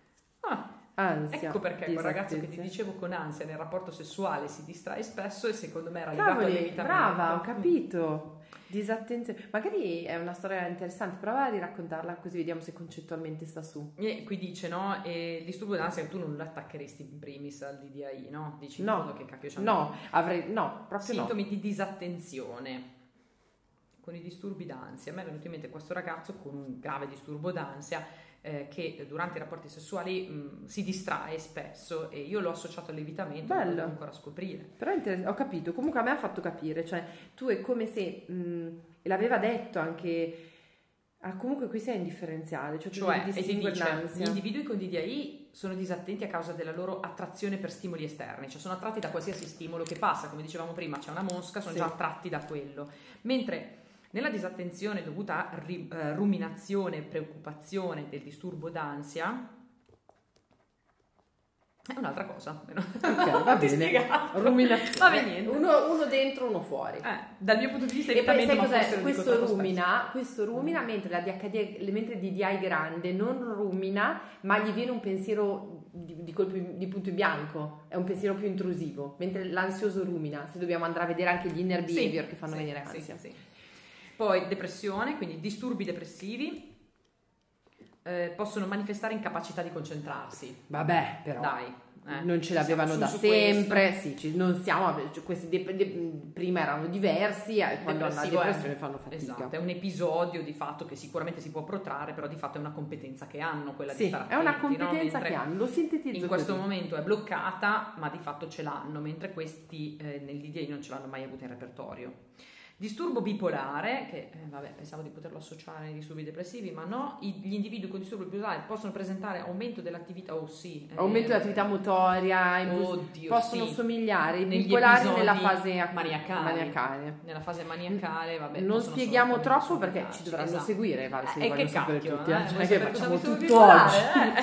ansia, ecco perché quel ragazzo che ti dicevo con ansia nel rapporto sessuale si distrae spesso e secondo me era legato all'evitamento. Brava, ho capito. Disattenzione, magari è una storia interessante, prova a raccontarla così vediamo se concettualmente sta su. E qui dice, no, il disturbo d'ansia tu non lo attaccheresti in primis al DDI, no? Dici che cacchio c'è? No, proprio sintomi di disattenzione. Con i disturbi d'ansia, a me è venuto in mente questo ragazzo con un grave disturbo d'ansia che durante i rapporti sessuali si distrae spesso, e io l'ho associato all'evitamento, lo devo ancora scoprire. Però ho capito, comunque a me ha fatto capire, cioè tu è come se l'aveva detto anche Comunque qui sei indifferenziale, e ti dice gli individui con DDI sono disattenti a causa della loro attrazione per stimoli esterni, cioè sono attratti da qualsiasi stimolo che passa, come dicevamo prima, c'è una mosca, sono già attratti da quello, mentre nella disattenzione dovuta a ruminazione e preoccupazione del disturbo d'ansia è un'altra cosa. Ok, va bene. Ruminazione. Va bene. Uno dentro, uno fuori. Dal mio punto di vista, evidentemente, ma forse questo rumina, mentre la DHD, mentre il DDI grande non rumina, ma gli viene un pensiero di punto in bianco, è un pensiero più intrusivo, mentre l'ansioso rumina. Se dobbiamo andare a vedere anche gli inner behavior che fanno venire ansia. Sì. Poi depressione, quindi disturbi depressivi. Possono manifestare incapacità di concentrarsi. Vabbè, però dai, non ce l'avevano da sempre. Sì, non siamo questi prima erano diversi, quando hanno la depressione fanno fatica. Esatto, è un episodio di fatto che sicuramente si può protrarre, però di fatto è una competenza che hanno, quella di stare attenti, è una competenza che hanno, lo sintetizzo in questo momento è bloccata, ma di fatto ce l'hanno, mentre questi nel DDI non ce l'hanno mai avuto in repertorio. Disturbo bipolare, che pensavo di poterlo associare ai disturbi depressivi, ma no, gli individui con disturbo bipolare possono presentare aumento dell'attività, aumento dell'attività motoria, possono somigliare i bipolari nella fase maniacale. Nella fase maniacale, non spieghiamo troppo perché ci dovranno seguire, se vogliono sapere tutti, che facciamo tutto oggi.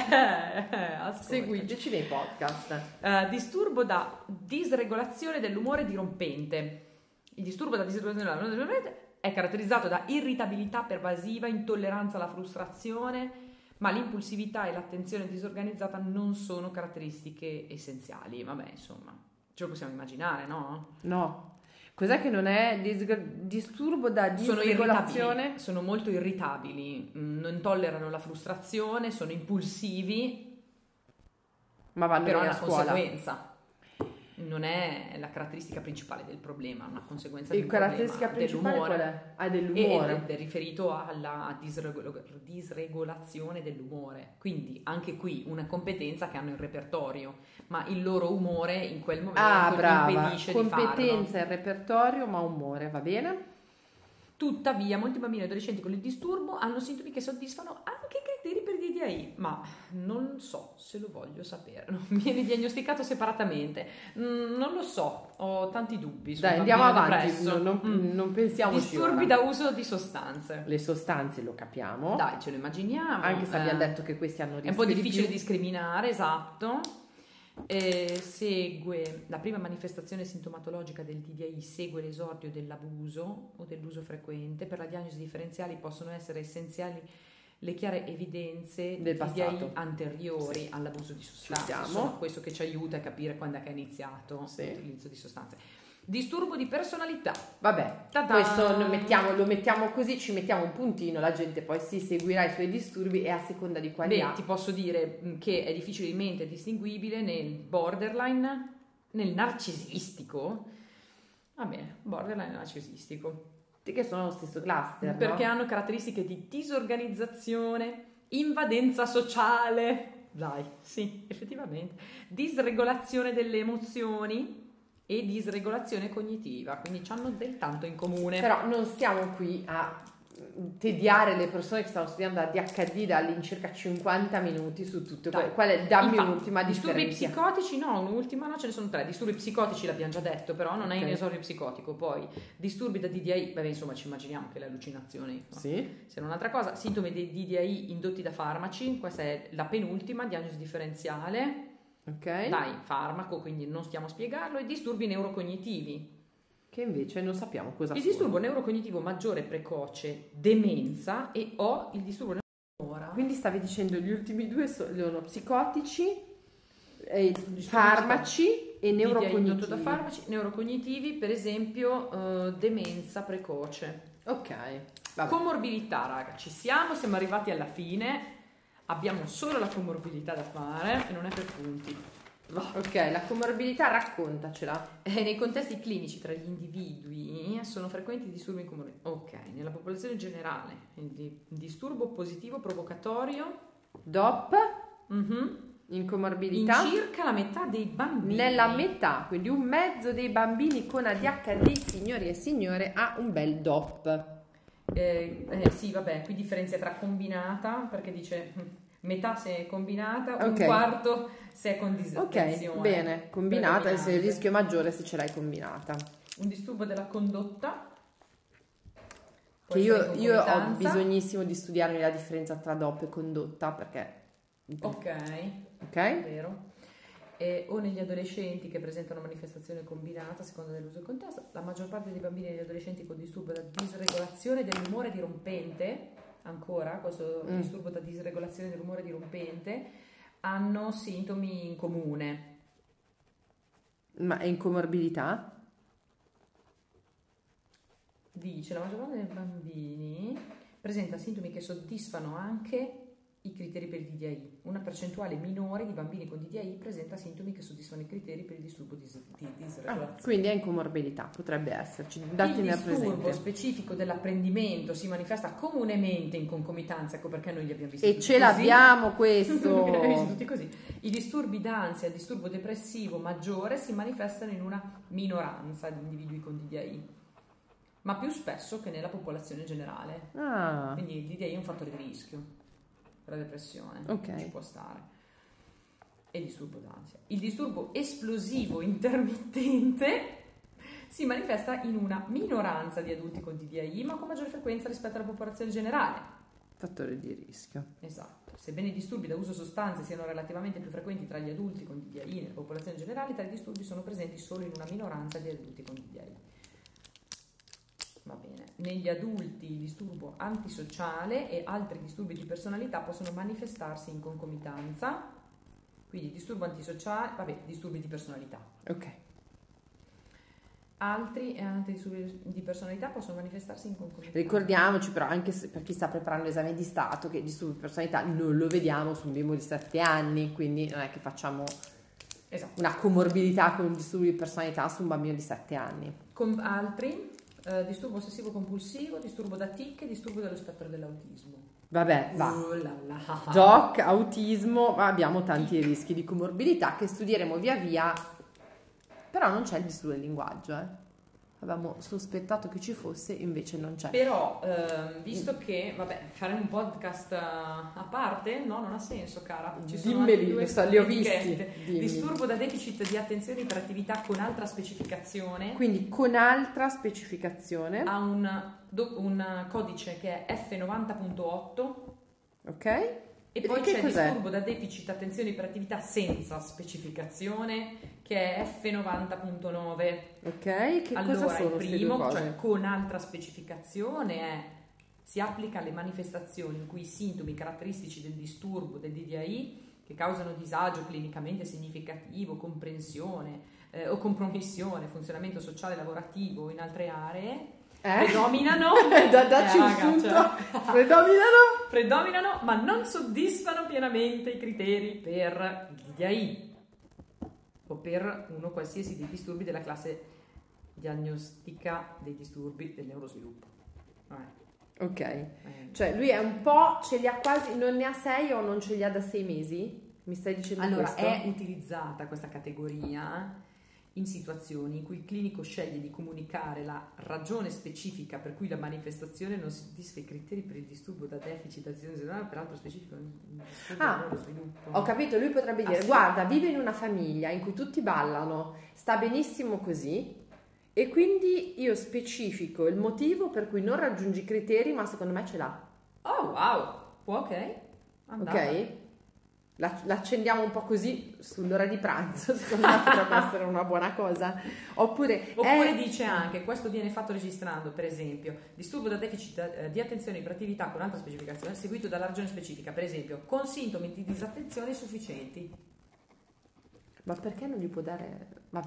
Seguiteci nei podcast. Disturbo da disregolazione dell'umore dirompente. Il disturbo da disregolazione dell'umore è caratterizzato da irritabilità pervasiva, intolleranza alla frustrazione, ma l'impulsività e l'attenzione disorganizzata non sono caratteristiche essenziali. Vabbè, insomma, ce lo possiamo immaginare, no? No. Cos'è che non è disturbo da disregolazione? Sono molto irritabili, non tollerano la frustrazione, sono impulsivi, ma vanno però a una scuola. Conseguenza. Non è la caratteristica principale del problema, una conseguenza del caratteristica principale dell'umore. Qual è? Dell'umore. Ed è riferito alla disregolazione dell'umore. Quindi anche qui una competenza che hanno in repertorio, ma il loro umore in quel momento gli impedisce di farlo. Competenza in repertorio, ma umore, va bene? Tuttavia, molti bambini e adolescenti con il disturbo hanno sintomi che soddisfano anche i criteri per DDI, ma non so se lo voglio sapere. Non viene diagnosticato separatamente, non lo so, ho tanti dubbi. Dai, andiamo avanti, non pensiamo. Disturbi da uso di sostanze. Le sostanze lo capiamo. Dai, ce lo immaginiamo. Anche se abbiamo detto che questi hanno rischi. È un po' difficile discriminare, esatto. Segue la prima manifestazione sintomatologica del DDI, segue l'esordio dell'abuso o dell'uso frequente. Per la diagnosi differenziali possono essere essenziali le chiare evidenze del DDI anteriori all'abuso di sostanze. Questo che ci aiuta a capire quando è che è iniziato l'utilizzo di sostanze. Disturbo di personalità. Vabbè, questo lo mettiamo così, ci mettiamo un puntino, la gente poi si seguirà i suoi disturbi e a seconda di quali ha. Ti posso dire che è difficilmente distinguibile nel borderline, nel narcisistico. Borderline e narcisistico. Che sono lo stesso cluster, perché hanno caratteristiche di disorganizzazione, invadenza sociale. Dai, sì, effettivamente. Disregolazione delle emozioni e disregolazione cognitiva, quindi hanno del tanto in comune. Però non stiamo qui a tediare le persone che stanno studiando ADHD da all'incirca 50 minuti su tutto. Qual è? Dammi un'ultima differenza. Disturbi psicotici ce ne sono 3. Disturbi psicotici l'abbiamo già detto, però non è in esordio psicotico. Poi disturbi da DDI, insomma ci immaginiamo che le allucinazioni siano un'altra cosa. Sintomi dei DDI indotti da farmaci, questa è la penultima, diagnosi differenziale. Dai, farmaco, quindi non stiamo a spiegarlo. E disturbi neurocognitivi, che invece non sappiamo cosa il disturbo neurocognitivo maggiore precoce, demenza e il disturbo neurocognitivo. Quindi stavi dicendo gli ultimi due sono psicotici, farmaci e neurocognitivi. Da farmaci, neurocognitivi, per esempio demenza precoce. Vabbè. Comorbidità, raga, siamo arrivati alla fine. Abbiamo solo la comorbidità da fare e non è per punti. La comorbidità raccontacela. Nei contesti clinici tra gli individui sono frequenti i disturbi in comorbidità. Nella popolazione generale il disturbo positivo provocatorio DOP in comorbidità in circa la metà dei bambini. Nella metà, quindi un mezzo dei bambini con ADHD, signori e signore, ha un bel DOP. Sì, vabbè, qui differenzia tra combinata, perché dice metà se è combinata, un Ok. quarto se è con disattenzione. Ok, bene, combinata, e se il Predominante. rischio è maggiore se ce l'hai combinata. Un disturbo della condotta. può Che essere io ho concomitanza. bisognissimo di studiarmi la differenza tra DOP e condotta, perché... Ok, Ok? vero. O negli adolescenti che presentano manifestazione combinata a seconda dell'uso del contesto. La maggior parte dei bambini e degli adolescenti con disturbo da disregolazione dell'umore dirompente, ancora questo disturbo da disregolazione dell'umore dirompente, hanno sintomi in comune. Ma è in comorbidità? Dice la maggior parte dei bambini presenta sintomi che soddisfano anche i criteri per il DDI. Una percentuale minore di bambini con DDI presenta sintomi che soddisfano i criteri per il disturbo di disregolazione. Quindi è in comorbidità, potrebbe esserci. Il Datene disturbo presente. specifico dell'apprendimento si manifesta comunemente in concomitanza, ecco perché noi li abbiamo visti E tutti ce così. l'abbiamo Perché li abbiamo visti questo! tutti così. I disturbi d'ansia e il disturbo depressivo maggiore si manifestano in una minoranza di individui con DDI, ma più spesso che nella popolazione generale. Ah, Quindi il DDI è un fattore di rischio per la depressione, Ok. ci può stare. E il disturbo d'ansia. Il disturbo esplosivo intermittente si manifesta in una minoranza di adulti con DDI, ma con maggiore frequenza rispetto alla popolazione generale. fattore di rischio. Esatto. Sebbene i disturbi da uso sostanze siano relativamente più frequenti tra gli adulti con DDI nella popolazione generale, tali disturbi sono presenti solo in una minoranza di adulti con DDI. Va bene. Negli adulti il disturbo antisociale e altri disturbi di personalità possono manifestarsi in concomitanza. Quindi disturbo antisociale, disturbi di personalità. Ok. Altri disturbi di personalità possono manifestarsi in concomitanza. Ricordiamoci però, anche per chi sta preparando l'esame di Stato, che il disturbo di personalità non lo vediamo su un bimbo di 7 anni, quindi non è che facciamo una comorbidità con un disturbo di personalità su un bambino di 7 anni. Con altri, disturbo ossessivo compulsivo, disturbo da tic e disturbo dello spettro dell'autismo. Vabbè, va. La. DOC, autismo, abbiamo tanti rischi di comorbidità che studieremo via via, però non c'è il disturbo del linguaggio, Avevamo sospettato che ci fosse, invece non c'è. Però, visto che, fare un podcast a parte, no, non ha senso, cara. Ci sono Dimmeli, anche due li ho etichette. visti. Dimmi. Disturbo da deficit di attenzione e iperattività con altra specificazione. Quindi con altra specificazione. Ha un codice che è F90.8. Ok. E poi c'è il disturbo da deficit attenzione e iperattività senza specificazione che è F90.9. Ok, che allora, cosa sono il queste primo, due cose? cioè con altra specificazione, si applica alle manifestazioni in cui i sintomi caratteristici del disturbo del DDI che causano disagio clinicamente significativo, comprensione o compromissione, funzionamento sociale lavorativo in altre aree predominano dacci un punto. predominano ma non soddisfano pienamente i criteri per il DDI o per uno qualsiasi dei disturbi della classe diagnostica dei disturbi del neurosviluppo. Ok, cioè lui è un po', ce li ha quasi, non ne ha 6 o non ce li ha da 6 mesi? Mi stai dicendo allora, questo? È utilizzata questa categoria in situazioni in cui il clinico sceglie di comunicare la ragione specifica per cui la manifestazione non soddisfa i criteri per il disturbo da deficit attenzionale, peraltro specifico disturbo del neurosviluppo. Ho capito, lui potrebbe dire, guarda, vive in una famiglia in cui tutti ballano, sta benissimo così, e quindi io specifico il motivo per cui non raggiungi i criteri, ma secondo me ce l'ha. Oh, wow! Ok. Andata. Ok? L'accendiamo un po' così sull'ora di pranzo, secondo me potrebbe essere una buona cosa. Oppure dice anche, questo viene fatto registrando, per esempio, disturbo da deficit di attenzione e iperattività con altra specificazione, seguito dalla ragione specifica, per esempio, con sintomi di disattenzione sufficienti. Ma perché non gli può dare... Vabbè.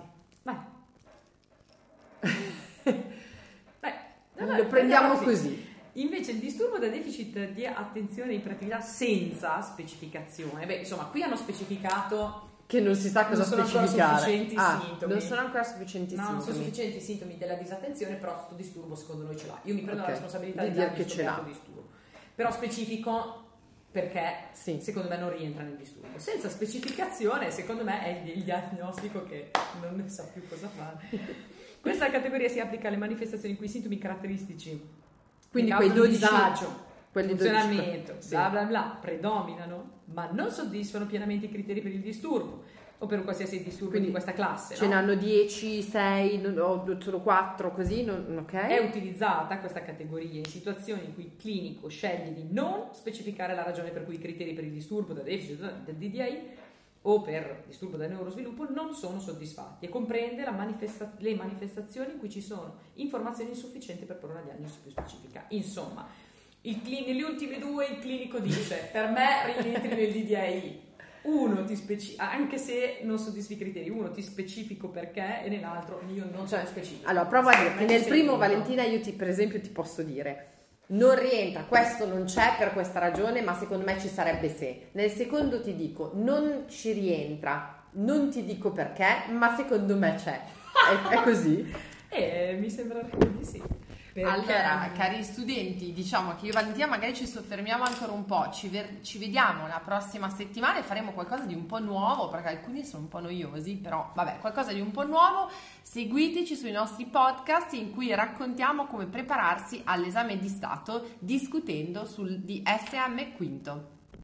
Lo prendiamo così. Invece il disturbo da deficit di attenzione e iperattività senza specificazione, insomma, qui hanno specificato che non si sa cosa specificare. Non sono ancora sufficienti sintomi. Non sono ancora sufficienti sintomi. Non sono sufficienti sintomi della disattenzione, però questo disturbo secondo noi ce l'ha. Io mi prendo la responsabilità di di dire darvi che ce l'ha. Disturbo. Però specifico perché sì, secondo me non rientra nel disturbo. Senza specificazione, secondo me è il diagnostico che non ne sa più cosa fare. Questa categoria si applica alle manifestazioni in cui i sintomi caratteristici Quindi quei 12 disagio, funzionamento, sì. bla bla bla, predominano, ma non soddisfano pienamente i criteri per il disturbo o per qualsiasi disturbo. Quindi di questa classe. Ce n'hanno 10, 6 o solo 4 così, ok? È utilizzata questa categoria in situazioni in cui il clinico sceglie di non specificare la ragione per cui i criteri per il disturbo da deficit del DDI o per disturbo da neurosviluppo non sono soddisfatti e comprende le manifestazioni in cui ci sono informazioni insufficienti per porre una diagnosi più specifica. Insomma, negli ultimi due il clinico dice: per me rientri nel DDI. Uno anche se non soddisfi i criteri, uno ti specifico perché e nell'altro io non sono specifico. Allora prova a dire che nel primo, Valentina, io per esempio ti posso dire non rientra, questo non c'è per questa ragione, ma secondo me ci sarebbe se. Nel secondo ti dico non ci rientra, non ti dico perché, ma secondo me c'è. È così? Mi sembra di sì. Allora, cari studenti, diciamo che io e Valentina magari ci soffermiamo ancora un po', ci vediamo la prossima settimana e faremo qualcosa di un po' nuovo, perché alcuni sono un po' noiosi, però vabbè, qualcosa di un po' nuovo. Seguiteci sui nostri podcast in cui raccontiamo come prepararsi all'esame di Stato discutendo di SM Quinto.